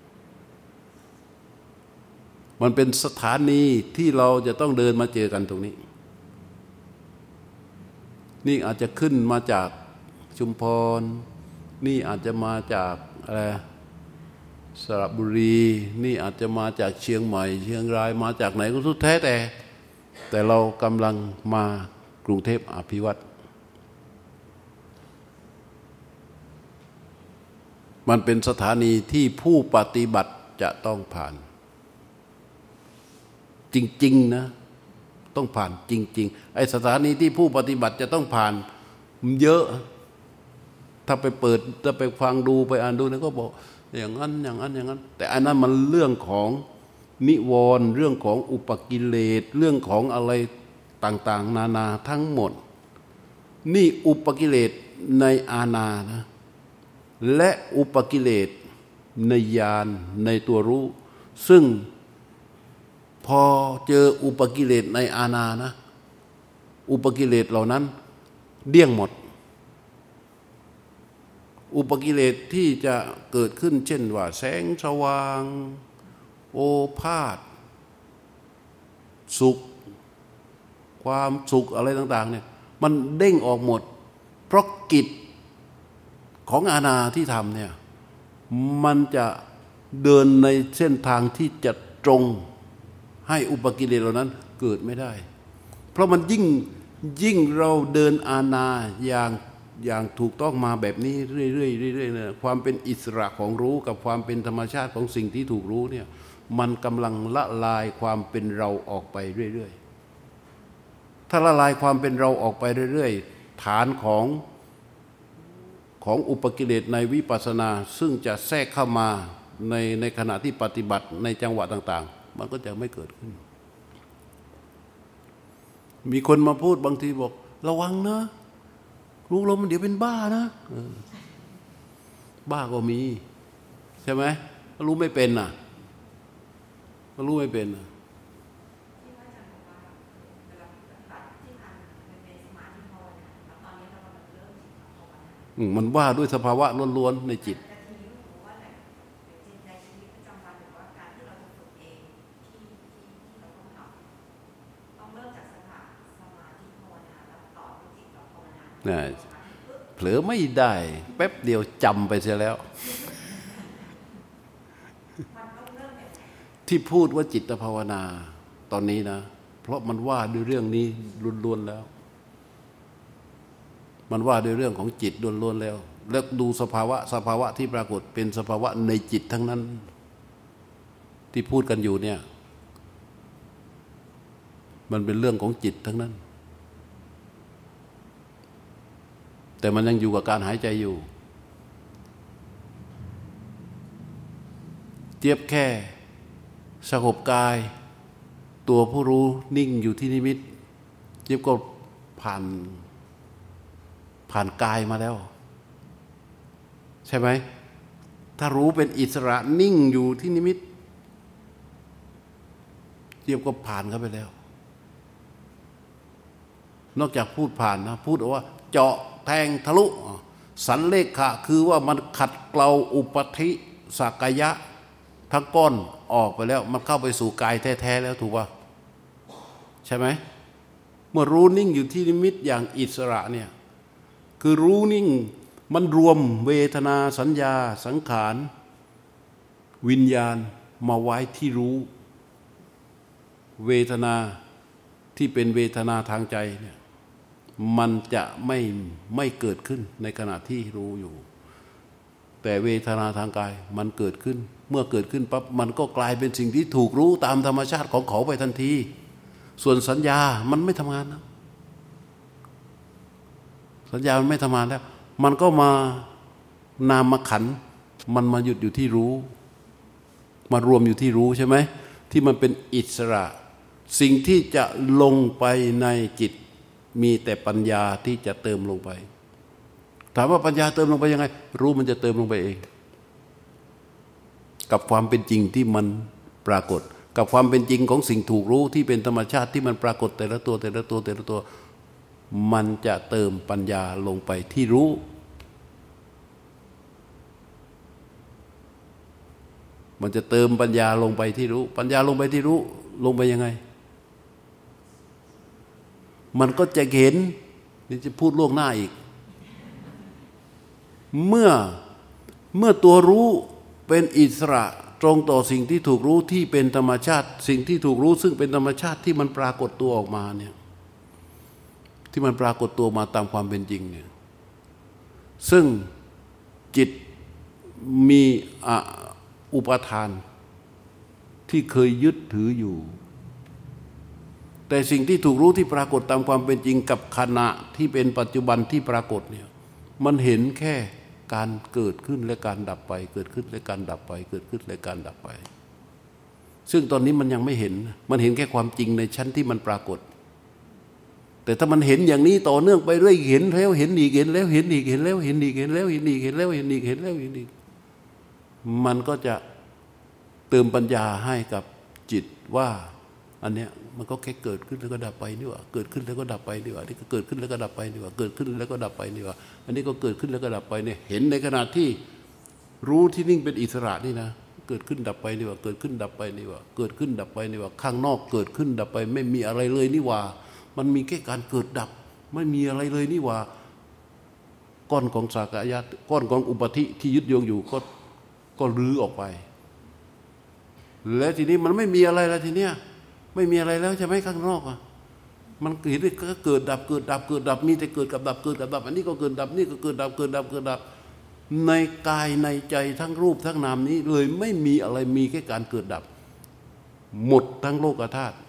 มันเป็นสถานีที่เราจะต้องเดินมาเจอกันตรงนี้นี่อาจจะขึ้นมาจากชุมพรนี่อาจจะมาจากอะไรสระบุรีนี่อาจจะมาจากเชียงใหม่เชียงรายมาจากไหนก็สุดแท้แต่เรากำลังมากรุงเทพอภิวัตน์มันเป็นสถานีที่ผู้ปฏิบัติจะต้องผ่านจริงๆนะต้องผ่านจริงๆไอ้สถานีที่ผู้ปฏิบัติจะต้องผ่านมันเยอะถ้าไปเปิดถ้าไปฟังดูไปอ่านดูเนี่ยก็บอกอย่างนั้นอย่างนั้นอย่างนั้นแต่อันนั้นมันเรื่องของนิวรณ์เรื่องของอุปกิเลสเรื่องของอะไรต่างๆนานาทั้งหมดนี่อุปกิเลสในอานานะและอุปกิเลสในญาณในตัวรู้ซึ่งพอเจออุปกิเลสในอานานะอุปกิเลสเหล่านั้นเดี่ยงหมดอุปกิเลสที่จะเกิดขึ้นเช่นว่าแสงสว่างโอภาสสุขความสุขอะไรต่างๆเนี่ยมันเด้งออกหมดเพราะกิจของอาณาที่ทำเนี่ยมันจะเดินในเส้นทางที่จะตรงให้อุปกิเลสเหล่านั้นเกิดไม่ได้เพราะมันยิ่งเราเดินอาณาอย่างถูกต้องมาแบบนี้เรื่อยๆเนี่ยความเป็นอิสระของรู้กับความเป็นธรรมชาติของสิ่งที่ถูกรู้เนี่ยมันกำลังละลายความเป็นเราออกไปเรื่อยๆถ้าละลายความเป็นเราออกไปเรื่อยๆฐานของอุปกิเลสในวิปัสสนาซึ่งจะแทรกเข้ามาในขณะที่ปฏิบัติในจังหวะต่างๆมันก็จะไม่เกิดขึ้นมีคนมาพูดบางทีบอกระวังนะรู้ลมมันเดี๋ยวเป็นบ้านะบ้าก็มีใช่ไหมรู้ไม่เป็นน่ะรู้ไม่เป็นน่ะมันว่าด้วยสภาวะล้วนๆในจิตเผลอไม่ได้แป๊บเดียวจำไปเสียแล้วที่พูดว่าจิตภาวนาตอนนี้นะเพราะมันว่าด้วยเรื่องนี้ล้วนๆแล้วมันว่าด้วยเรื่องของจิตล้วนๆแล้วดูสภาวะที่ปรากฏเป็นสภาวะในจิตทั้งนั้นที่พูดกันอยู่เนี่ยมันเป็นเรื่องของจิตทั้งนั้นแต่มันยังอยู่กับการหายใจอยู่เทียบแค่สงบกายตัวผู้รู้นิ่งอยู่ที่นิมิตเทียบก็ผ่านกายมาแล้วใช่ไหมถ้ารู้เป็นอิสระนิ่งอยู่ที่นิมิตเทียบก็ผ่านเข้าไปแล้วนอกจากพูดผ่านนะพูดว่าเจาะแทงทะลุสันเลขะคือว่ามันขัดเกลาอุปธิสักยะทั้งก้อนออกไปแล้วมันเข้าไปสู่กายแท้ๆแล้วถูกป่ะใช่ไหมเมื่อรู้นิ่งอยู่ที่นิมิตอย่างอิสระเนี่ยคือรู้นิ่งมันรวมเวทนาสัญญาสังขารวิญญาณมาไว้ที่รู้เวทนาที่เป็นเวทนาทางใจเนี่ยมันจะไม่เกิดขึ้นในขณะที่รู้อยู่แต่เวทนาทางกายมันเกิดขึ้นเมื่อเกิดขึ้นปั๊บมันก็กลายเป็นสิ่งที่ถูกรู้ตามธรรมชาติของเขาไปทันทีส่วนสัญญามันไม่ทำงานนะสัญญามันไม่ทำงานแล้วมันก็มานามขันธ์มันมาหยุดอยู่ที่รู้มารวมอยู่ที่รู้ใช่ไหมที่มันเป็นอิสระสิ่งที่จะลงไปในจิตมีแต่ปัญญาที่จะเติมลงไปถามว่าปัญญาเติมลงไปยังไงรู้มันจะเติมลงไปเองกับความเป็นจริงที่มันปรากฏกับความเป็นจริงของสิ่งถูกรู้ที่เป็นธรรมชาติที่มันปรากฏแต่ละตัวมันจะเติมปัญญาลงไปที่รู้มันจะเติมปัญญาลงไปที่รู้ปัญญาลงไปที่รู้ลงไปยังไงมันก็จะเห็นนี่จะพูดล่วงหน้าอีกเมื่อตัวรู้เป็นอิสระตรงต่อสิ่งที่ถูกรู้ที่เป็นธรรมชาติสิ่งที่ถูกรู้ซึ่งเป็นธรรมชาติที่มันปรากฏตัวออกมาเนี่ยที่มันปรากฏตัวมาตามความเป็นจริงเนี่ยซึ่งจิตมีอุปทานที่เคยยึดถืออยู่แต่สิ่งที่ถูกรู้ที่ปรากฏตามความเป็นจริงกับขณะที่เป็นปัจจุบันที่ปรากฏเนี่ยมันเห็นแค่การเกิดขึ้นและการดับไปเกิดขึ้นและการดับไปเกิดขึ้นและการดับไปซึ่งตอนนี้มันยังไม่เห็นมันเห็นแค่ความจริงในชั้นที่มันปรากฏแต่ถ้ามันเห็นอย่างนี้ต่อเนื่องไปเรื่อยเห็นแล้วเห็นอีกเห็นแล้วเห็นอีกเห็นแล้วเห็นอีกเห็นแล้วเห็นอีกเห็นแล้วเห็นอีกเห็นแล้วเห็นอีกมันก็จะเติมปัญญาให้กับจิตว่าอันเนี้ยมันก็แค่เกิดขึ้นแล้วก็ดับไปนี่หว่าเกิดขึ้นแล้วก็ดับไปนี่หว่านี่ก็เกิดขึ้นแล้วก็ดับไปนี่หว่าเกิดขึ้นแล้วก็ดับไปนี่หว่าอันนี้ก็เกิดขึ้นแล้วก็ดับไปเนี่ยเห็นในขณะที่รู้ที่นิ่งเป็นอิสระนี่นะเกิดขึ้นดับไปนี่หว่าเกิดขึ้นดับไปนี่หว่าเกิดขึ้นดับไปนี่หว่าข้างนอกเกิดขึ้นดับไปไม่มีอะไรเลยนี่หว่ามันมีแค่การเกิดดับไม่มีอะไรเลยนี่หว่าก้อนของสากยะก้อนของอุปธิที่ยึดโยงอยู่ก็รื้อออกไปแล้วทีนี้มันไม่มีอะไรแล้วทีเนี้ยไม่มีอะไรแล้วใช่ไหมข้างนอกอ่ะมันเห็นก็เกิดดับเกิดดับเกิดดับมีแต่เกิดกับดับเกิดกับดับอันนี้ก็เกิดดับนี่ก็เกิดดับเกิดดับเกิดดับในกายในใจทั้งรูปทั้งนามนี้เลยไม่มีอะไรมีแค่การเกิดดับหมดทั้งโลกธาตุ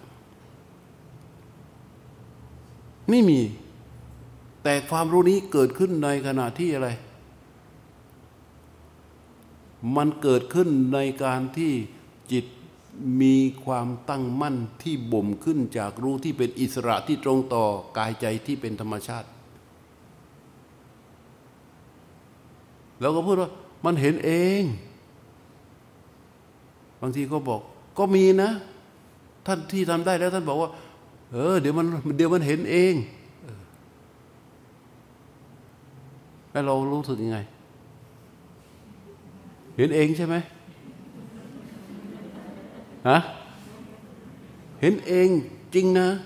ไม่มีแต่ความรู้นี้เกิดขึ้นในขณะที่อะไรมันเกิดขึ้นในการที่จิตมีความตั้งมั่นที่บ่มขึ้นจากรู้ที่เป็นอิสระที่ตรงต่อกายใจที่เป็นธรรมชาติเราก็พูดว่ามันเห็นเองบางทีก็บอกก็มีนะท่านที่ทำได้แล้วท่านบอกว่าเดี๋ยวมันเห็นเองแล้วเรารู้สึกยังไงเห็นเองใช่ไหมฮะเห็นเองจริงนะ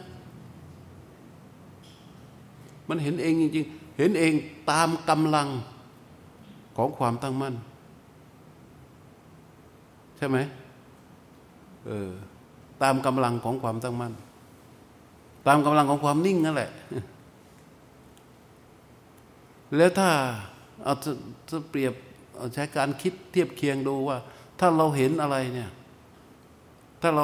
มันเห็นเองจริงๆเห็นเองตามกำลังของความตั้งมั่นใช่ไหมตามกำลังของความตั้งมั่นตามกำลังของความนิ่งนั่นแหละแล้วถ้าเอาจะเปรียบใช้การคิดเทียบเคียงดูว่าถ้าเราเห็นอะไรเนี่ยถ้าเรา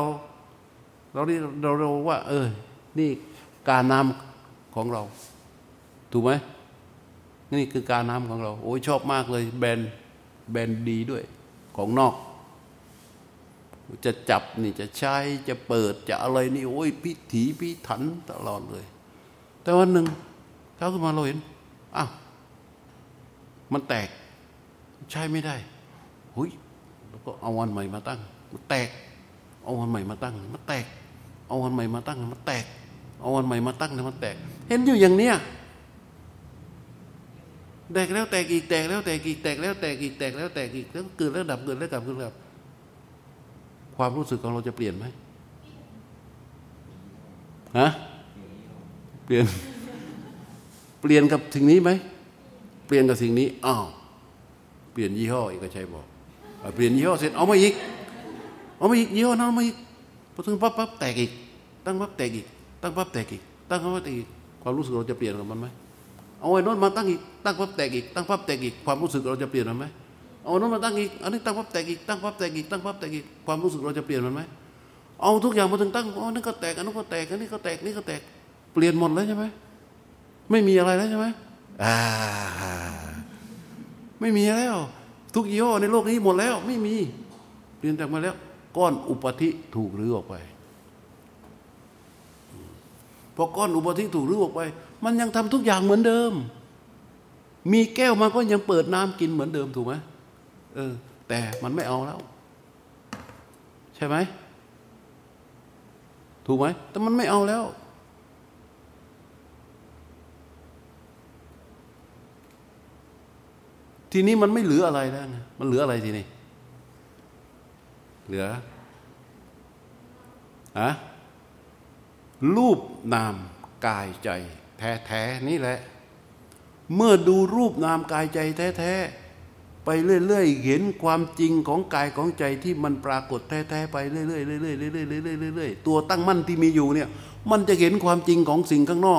ว่านี่การน้ำของเราถูกไหมนี่คือการน้ำของเราโอ้ยชอบมากเลยแบรนด์ดีด้วยของนอกจะจับนี่จะใช้จะเปิดจะอะไรนี่โอ้ยพิถีพิถันตลอดเลยแต่วันหนึ่งเช้าขึ้นมาเราเห็นอ้าวมันแตกใช้ไม่ได้เฮ้ยแล้วก็เอาอันใหม่มาตั้งมันแตกเอาอันใหม่มาตั้งมันแตกเอาอันใหม่มาตั้งมันแตกเอาอันใหม่มาตั้งมันแตกเห็นอยู่อย่างเนี้ยแตกแล้วแตกอีกแตกแล้วแตกอีกแตกแล้วแตกอีกแตกแล้วแตกอีกแล้วเกิดแล้วดับเกิดแล้วดับเกิดแล้วดับความรู้สึกของเราจะเปลี่ยนไหมฮะเปลี่ยนกับสิ่งนี้ไหมเปลี่ยนกับสิ่งนี้อ้าวเปลี่ยนยี่ห้อเอกชัยบอกเปลี่ยนยี่ห้อเสร็จเอามาอีกยี่ห้อนั้นเอามาอีกพอถึงปั๊บแตกอีกตั้งปั๊บแตกอีกตั้งปั๊บแตกอีกตั้งปั๊บแตกอีกความรู้สึกเราจะเปลี่ยนกับมันไหมเอาไอ้โน้นมาตั้งอีกตั้งปั๊บแตกอีกตั้งปั๊บแตกอีกความรู้สึกเราจะเปลี่ยนมันไหมเอาโน้นมาตั้งอีกอันนี้ตั้งปั๊บแตกอีกตั้งปั๊บแตกอีกตั้งปั๊บแตกอีกความรู้สึกเราจะเปลี่ยนมันไหมเอาทุกอย่างมาถึงตั้งอันนี้ก็แตกอันนู้นก็แตกอันนี้ก็แตกนี่ก็แตกเปลี่ยนหมดแล้วใช่ไหมไม่มีอะไรแล้วใช่ไหมไม่มีแล้วทุกยี่ห้อในโลกนี้หมดแล้วไม่มีเปลี่ยนจากมาแล้วก้อนอุปธิถูกรื้อออกไปพอก้อนอุปธิถูกรื้อออกไปมันยังทำทุกอย่างเหมือนเดิมมีแก้วมันก็ยังเปิดน้ำกินเหมือนเดิมถูกไหมแต่มันไม่เอาแล้วใช่ไหมถูกไหมแต่มันไม่เอาแล้วทีนี้มันไม่เหลืออะไรแล้วนะมันเหลืออะไรทีนี้เหลือรูปนามกายใจแท้ๆนี่แหละเมื่อดูรูปนามกายใจแท้ๆไปเรื่อยๆเห็นความจริงของกายของใจที่มันปรากฏแท้ๆไปเรื่อยๆเรื่อยๆเรื่อยๆเรื่อยๆตัวตั้งมั่นที่มีอยู่เนี่ยมันจะเห็นความจริงของสิ่งข้างนอก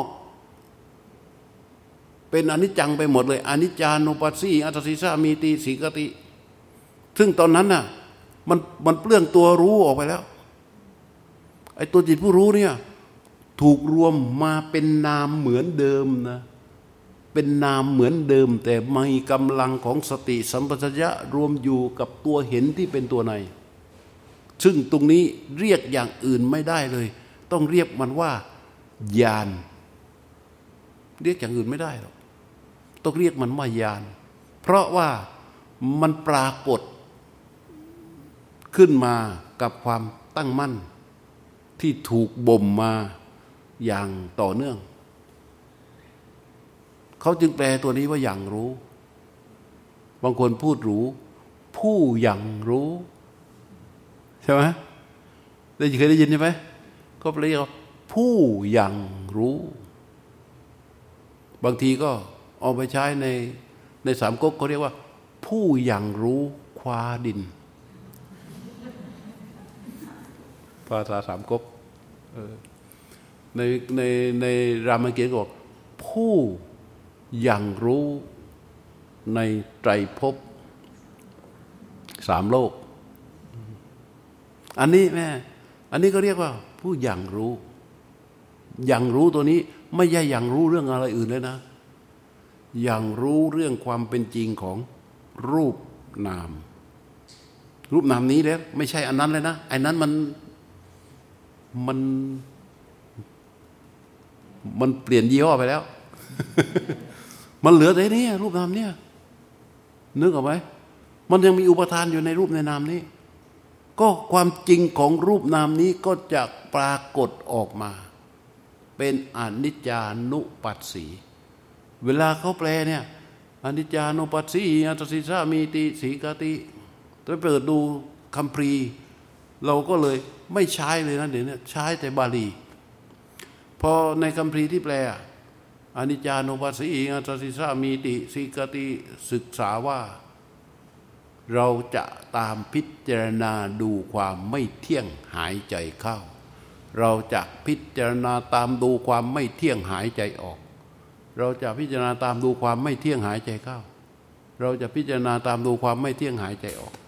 เป็นอนิจจังไปหมดเลยอนิจจานุปัสสีอัตถิสามีติสีกติซึ่งตอนนั้นน่ะมันเปลื้องตัวรู้ออกไปแล้วไอ้ตัวจิตผู้รู้เนี่ยถูกรวมมาเป็นนามเหมือนเดิมนะเป็นนามเหมือนเดิมแต่มีกำลังของสติสัมปชัญญะรวมอยู่กับตัวเห็นที่เป็นตัวในซึ่งตรงนี้เรียกอย่างอื่นไม่ได้เลยต้องเรียกมันว่าญาณเรียกอย่างอื่นไม่ได้หรอกต้องเรียกมันว่าญาณเพราะว่ามันปรากฏขึ้นมากับความตั้งมั่นที่ถูกบ่มมาอย่างต่อเนื่องเขาจึงแปลตัวนี้ว่าอย่างรู้บางคนพูดรู้ผู้อย่างรู้ใช่ไหมเคยได้ยินใช่ไหมก็แปลว่าผู้อย่างรู้บางทีก็เอาไปใช้ในสามก๊กเขาเรียกว่าผู้อย่างรู้คว้าดินภาษาสามก๊กในรามเกียรติ์บอกผู้อย่างรู้ในไตรภพสามโลกอันนี้ก็เรียกว่าผู้อย่างรู้อย่างรู้ตัวนี้ไม่ใช่อย่างรู้เรื่องอะไรอื่นเลยนะอย่างรู้เรื่องความเป็นจริงของรูปนามรูปนามนี้แล้วไม่ใช่อันนั้นเลยนะไอ้นั้นมันเปลี่ยนยี่ห้อไปแล้ว มันเหลือแต่นี้รูปนามเนี่ยนึกออกไหมมันยังมีอุปทานอยู่ในรูปในนามนี้ก็ความจริงของรูปนามนี้ก็จะปรากฏออกมาเป็นอนิจจานุปัสสีเวลาเขาแปลเนี่ยอนิจจานุปัสสีอัตถิสามีติสีกติถ้าเปิดดูคัมภีร์เราก็เลยไม่ใช้เลยนะเดี๋ยวนี้ใช้แต่บาลีพอในคัมภีร์ที่แปลอนิจจานุปัสสีอัตถิสามีติสีกติศึกษาว่าเราจะตามพิจารณาดูความไม่เที่ยงหายใจเข้าเราจะพิจารณาตามดูความไม่เที่ยงหายใจออกเราจะพิจารณาตามดูความไม่เที่ยงหายใจเข้าเราจะพิจารณาตามดูความไม่เที่ยงหายใจออก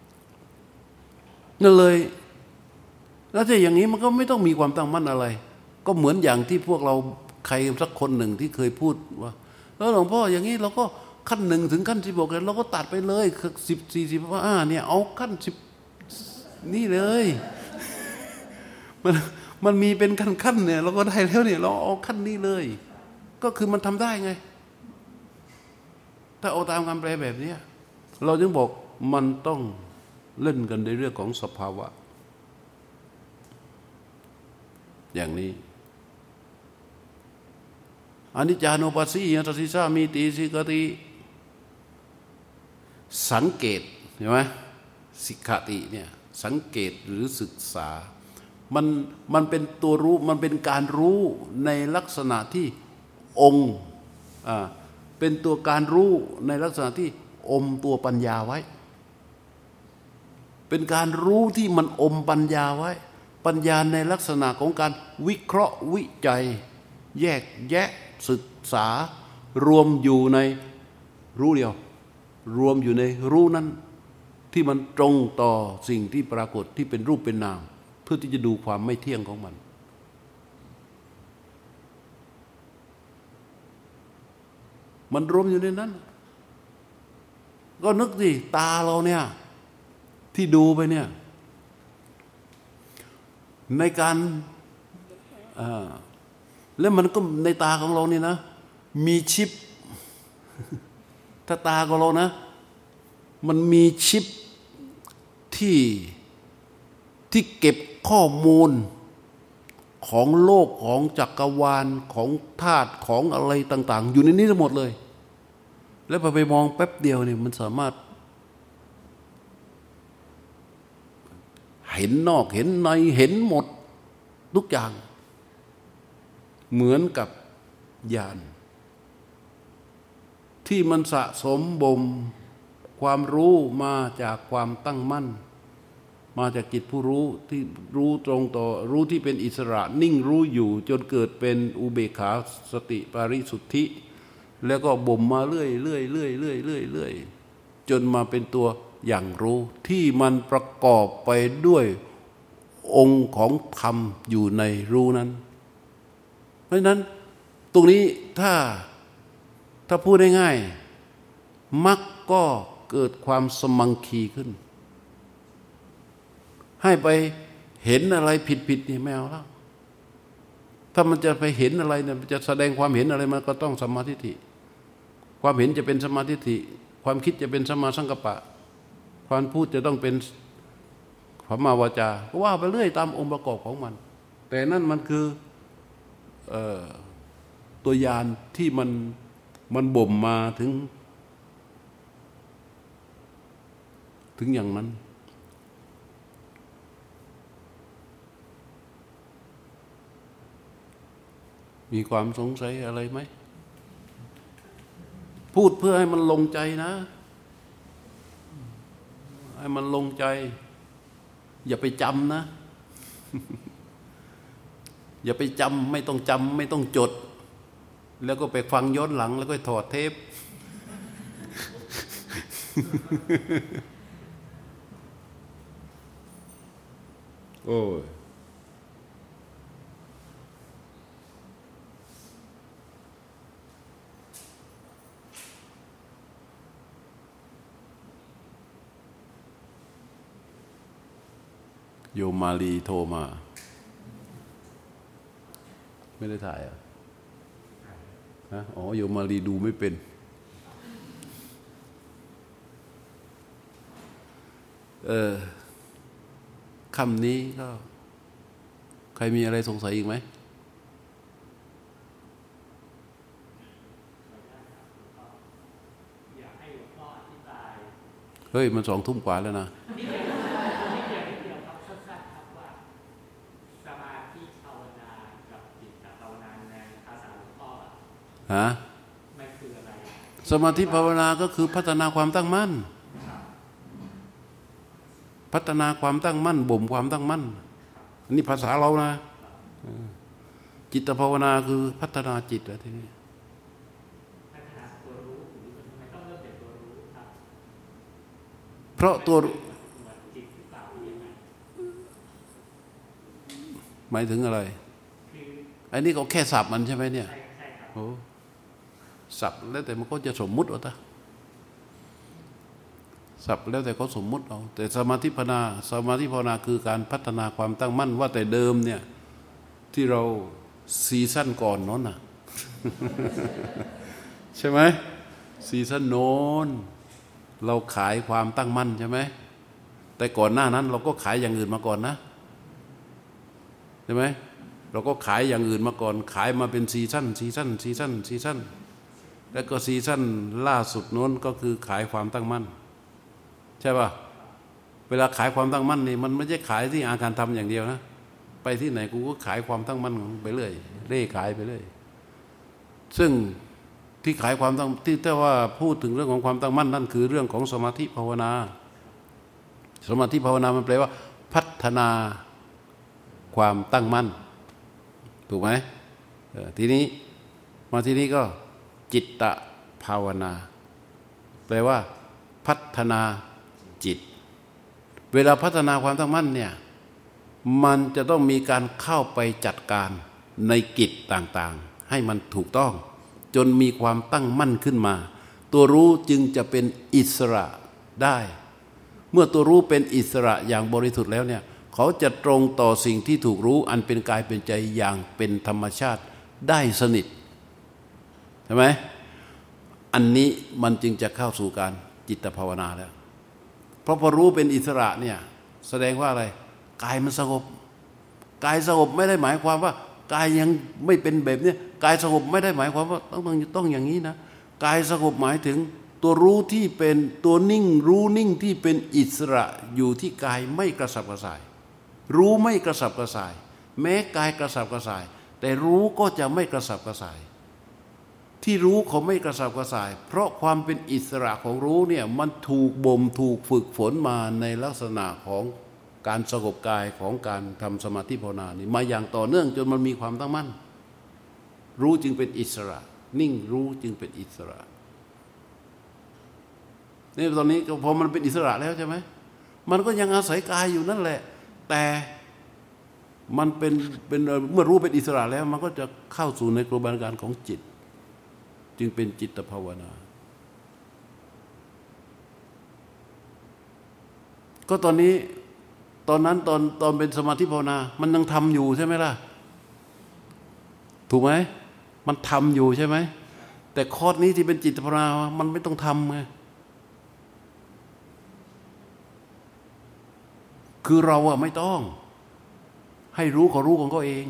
นั่นเลยแล้วถ้าอย่างนี้มันก็ไม่ต้องมีความตั้งมั่นอะไรก็เหมือนอย่างที่พวกเราใครสักคนหนึ่งที่เคยพูดว่าหลวงพ่ออย่างนี้เราก็ขั้น1ถึงขั้น16เลยเราก็ตัดไปเลย10 40เนี่ยเอาขั้น10นี่เลยมันมีเป็นขั้นเนี่ยเราก็ได้แล้วเนี่ยเราเอาขั้นนี้เลยก็คือมันทำได้ไงถ้าเอาตามคำแปลแบบนี้เราจึงบอกมันต้องเล่นกันในเรื่องของสภาวะอย่างนี้อนิจจานุปัสสีอัตถิสามีติสีกติสังเกตเห็นไหมสิกขติเนี่ยสังเกตหรือศึกษามันเป็นตัวรู้มันเป็นการรู้ในลักษณะที่องค์เป็นตัวการรู้ในลักษณะที่อมตัวปัญญาไว้เป็นการรู้ที่มันอมปัญญาไว้ปัญญาในลักษณะของการวิเคราะห์วิจัยแยกแยะศึกษารวมอยู่ในรู้เดียวรวมอยู่ในรู้นั้นที่มันตรงต่อสิ่งที่ปรากฏที่เป็นรูปเป็นนามเพื่อที่จะดูความไม่เที่ยงของมันรวมอยู่ในนั้นก็นึกสิตาเราเนี่ยที่ดูไปเนี่ยในการแล้วมันก็ในตาของเรานี่นะมีชิปถ้าตาของเรานะมันมีชิปที่เก็บข้อมูลของโลกของจักรวาลของธาตุของอะไรต่างๆอยู่ในนี้ทั้งหมดเลยแล้วพอไปมองแป๊บเดียวเนี่ยมันสามารถเห็นนอกเห็นในเห็นหมดทุกอย่างเหมือนกับญาณที่มันสะสมบ่มความรู้มาจากความตั้งมั่นมาจากจิตผู้รู้ที่รู้ตรงต่อรู้ที่เป็นอิสระนิ่งรู้อยู่จนเกิดเป็นอุเบกขาสติปาริสุทธิแล้วก็บ่มมาเรื่อยจนมาเป็นตัวอย่างรู้ที่มันประกอบไปด้วยองค์ของธรรมอยู่ในรู้นั้นเพราะฉะนั้นตรงนี้ถ้าพูดได้ง่ายมรรคก็เกิดความสมังคีขึ้นให้ไปเห็นอะไรผิดนี่ไม่เอาแล้วถ้ามันจะไปเห็นอะไรเนี่ยจะแสดงความเห็นอะไรมันก็ต้องสัมมาทิฏฐิความเห็นจะเป็นสัมมาทิฏฐิความคิดจะเป็นสัมมาสังกัปปะความพูดจะต้องเป็นสัมมาวาจาก็ว่าไปเรื่อยตามองค์ประกอบของมันแต่นั่นมันคือตัวยานที่มันบ่มมาถึงอย่างนั้นมีความสงสัยอะไรไหมพูดเพื่อให้มันลงใจนะให้มันลงใจอย่าไปจำนะ อย่าไปจำไม่ต้องจำไม่ต้องจดแล้วก็ไปฟังย้อนหลังแล้วก็ถอดเทป โอ้ยโยมมาลีโทรมาไม่ได้ถ่ายอ่ะฮะอ๋อโยมมาลีดูไม่เป็นคำนี้ก็ใครมีอะไรสงสัยอีกไหมเฮ้ยมัน2 ทุ่มกว่าแล้วนะฮะสมาธิภาวนาก็คือพัฒนาความตั้งมั่นพัฒนาความตั้งมั่นบ่มความตั้งมั่นอันนี้ภาษาเรานะจิตภาวนาคือพัฒนาจิตอะทีนี้เพราะตัวหมายถึงอะไรอันนี้ก็แค่ศัพท์มันใช่ไหมเนี่ยโอ้ศัพท์แล้วแต่มันก็จะสมมุติเอาศัพท์แล้วแต่เขาสมมุติเอาแต่สมาธิภาวนาคือการพัฒนาความตั้งมั่นว่าแต่เดิมเนี่ยที่เราซีซั่นก่อนโน้นน่ะ ใช่ไหมซีซั่นโน้นเราขายความตั้งมั่นใช่ไหมแต่ก่อนหน้านั้นเราก็ขายอย่างอื่นมาก่อนนะใช่ไหมเราก็ขายอย่างอื่นมาก่อนขายมาเป็นซีซั่นแล้วก็ซีซั่นล่าสุดโน้นก็คือขายความตั้งมั่นใช่ป่ะเวลาขายความตั้งมั่นนี่มันไม่ใช่ขายที่อาการทำอย่างเดียวนะไปที่ไหนกูก็ขายความตั้งมั่นไปเรื่อยเร่ขายไปเรื่อยซึ่งที่ขายความตั้งที่แต่ว่าพูดถึงเรื่องของความตั้งมั่นนั่นคือเรื่องของสมาธิภาวนาสมาธิภาวนามันแปลว่าพัฒนาความตั้งมั่นถูกไหมทีนี้มาทีนี้ก็จิตตภาวนาแปลว่าพัฒนาจิตเวลาพัฒนาความตั้งมั่นเนี่ยมันจะต้องมีการเข้าไปจัดการในกิจต่างๆให้มันถูกต้องจนมีความตั้งมั่นขึ้นมาตัวรู้จึงจะเป็นอิสระได้เมื่อตัวรู้เป็นอิสระอย่างบริสุทธิ์แล้วเนี่ยเขาจะตรงต่อสิ่งที่ถูกรู้อันเป็นกายเป็นใจอย่างเป็นธรรมชาติได้สนิทใช่ไหมอันนี้มันจึงจะเข้าสู่การจิตภาวนาแล้วเพราะพอรู้เป็นอิสระเนี่ยแสดงว่าอะไรกายมันสงบกายสงบไม่ได้หมายความว่ากายยังไม่เป็นแบบนี้กายสงบไม่ได้หมายความว่าต้องอย่างนี้นะกายสงบหมายถึงตัวรู้ที่เป็นตัวนิ่งรู้นิ่งที่เป็นอิสระอยู่ที่กายไม่กระสับกระส่ายรู้ไม่กระสับกระส่ายแม้กายกระสับกระส่ายแต่รู้ก็จะไม่กระสับกระส่ายที่รู้เขาไม่กระสับกระส่าย เพราะความเป็นอิสระของรู้เนี่ยมันถูกบ่มถูกฝึกฝนมาในลักษณะของการสงบกายของการทำสมาธิภาวนานี่มาอย่างต่อเนื่องจนมันมีความตั้งมั่นรู้จึงเป็นอิสระนิ่งรู้จึงเป็นอิสระนี่ตอนนี้พอมันเป็นอิสระแล้วใช่ไหมมันก็ยังอาศัยกายอยู่นั่นแหละแต่มันเป็นเมื่อรู้เป็นอิสระแล้วมันก็จะเข้าสู่ในกระบวนการของจิตจึงเป็นจิตภาวนาก็ตอนนี้ตอนนั้นตอนเป็นสมาธิภาวนามันยังทำอยู่ใช่ไหมล่ะถูกไหมมันทำอยู่ใช่ไหมแต่คอร์สนี้ที่เป็นจิตภาวนามันไม่ต้องทำไงคือเราอะไม่ต้องให้รู้เขารู้ของเขาเอง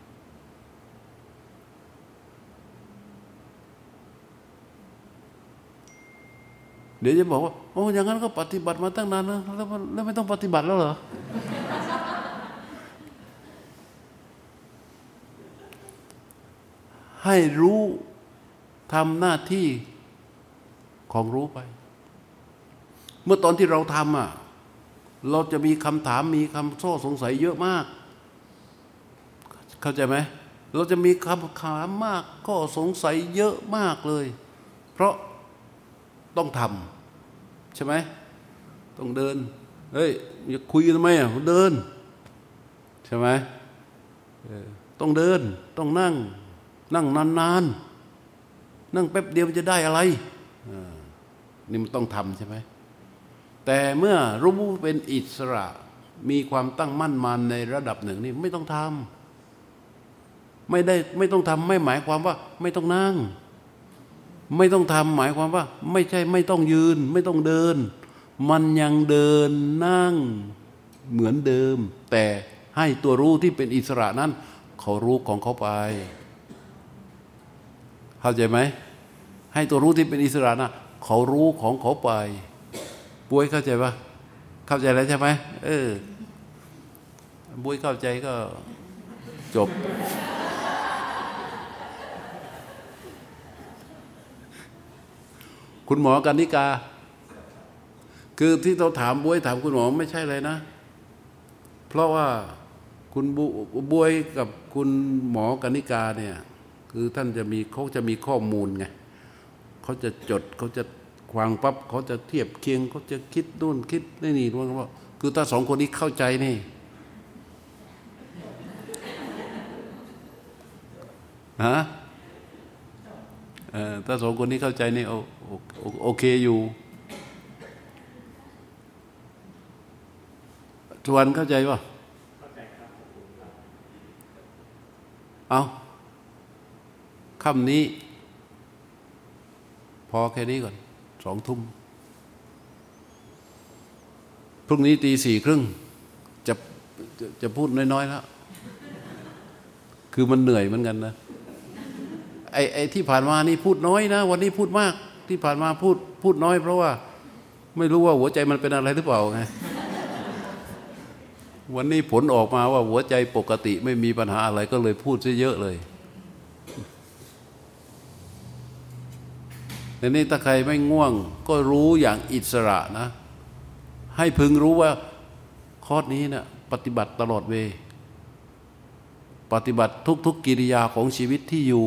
เดี๋ยวจะบอกว่าโอ้อย่างนั้นก็ปฏิบัติมาตั้งนานนะแล้วไม่ต้องปฏิบัติแล้วเหรอให้รู้ทำหน้าที่ของรู้ไปเมื่อตอนที่เราทำอ่ะเราจะมีคำถามมีคำข้อสงสัยเยอะมากเข้าใจไหมเราจะมีคำถามมากข้อสงสัยเยอะมากเลยเพราะต้องทำใช่ไหมต้องเดินเฮ้ยอย่าคุยกันทำไมอ่ะเดินใช่ไหมต้องเดินต้องนั่งนานๆนั่งแป๊บเดียวมันจะได้อะไรนี่มันต้องทำใช่ไหมแต่เมื่อรู้เป็นอิสระมีความตั้งมั่นมาในระดับหนึ่งนี่ไม่ต้องทำไม่ต้องทำไม่หมายความว่าไม่ต้องนั่งไม่ต้องทำหมายความว่าไม่ใช่ไม่ต้องยืนไม่ต้องเดินมันยังเดินนั่งเหมือนเดิมแต่ให้ตัวรู้ที่เป็นอิสระนั้นเขารู้ของเขาไปเข้าใจไหมให้ตัวรู้ที่เป็นอิสระนะเขารู้ของเขาไปบุ้ยเข้าใจปะเข้าใจแล้วใช่ไหมบุ้ยเข้าใจก็จบคุณหมอกันนิกาคือที่เราถามบุ้ยถามคุณหมอไม่ใช่เลยนะเพราะว่าคุณบุ้ยกับคุณหมอกันนิกาเนี่ยคือท่านเขาจะมีข้อมูลไงเขาจะจดเขาจะฟังปั๊บเขาจะเทียบเคียงเขาจะคิดนู่นคิดนี่ว่าคือถ้าสองคนนี้เข้าใจนี่ฮะถ้าสองคนนี้เข้าใจนี่โอเคอยู่ชวนเข้าใจป่ะเอาค่ำนี้พอแค่นี้ก่อน2 ทุ่มพรุ่งนี้ตี 4:30จะพูดน้อยๆแล้วคือมันเหนื่อยเหมือนกันนะไอ้ที่ผ่านมานี่พูดน้อยนะวันนี้พูดมากที่ผ่านมาพูดน้อยเพราะว่าไม่รู้ว่าหัวใจมันเป็นอะไรหรือเปล่าไงวันนี้ผลออกมาว่าหัวใจปกติไม่มีปัญหาอะไรก็เลยพูดซะเยอะเลยแต่นี่ถ้าใครไม่ง่วงก็รู้อย่างอิสระนะให้พึงรู้ว่าคอร์สนี้เนี่ยปฏิบัติตลอดเวลาปฏิบัติทุกกิริยาของชีวิตที่อยู่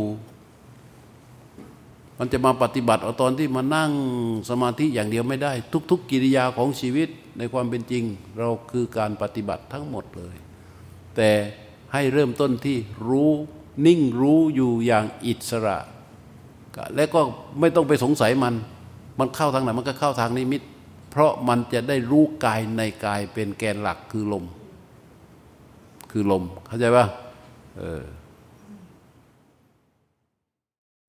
มันจะมาปฏิบัติเอาตอนที่มานั่งสมาธิอย่างเดียวไม่ได้ทุกกิริยาของชีวิตในความเป็นจริงเราคือการปฏิบัติทั้งหมดเลยแต่ให้เริ่มต้นที่รู้นิ่งรู้อยู่อย่างอิสระและก็ไม่ต้องไปสงสัยมันเข้าทางไหนมันก็เข้าทางนิมิตเพราะมันจะได้รู้กายในกายเป็นแกนหลักคือลมเข้าใจป่ะ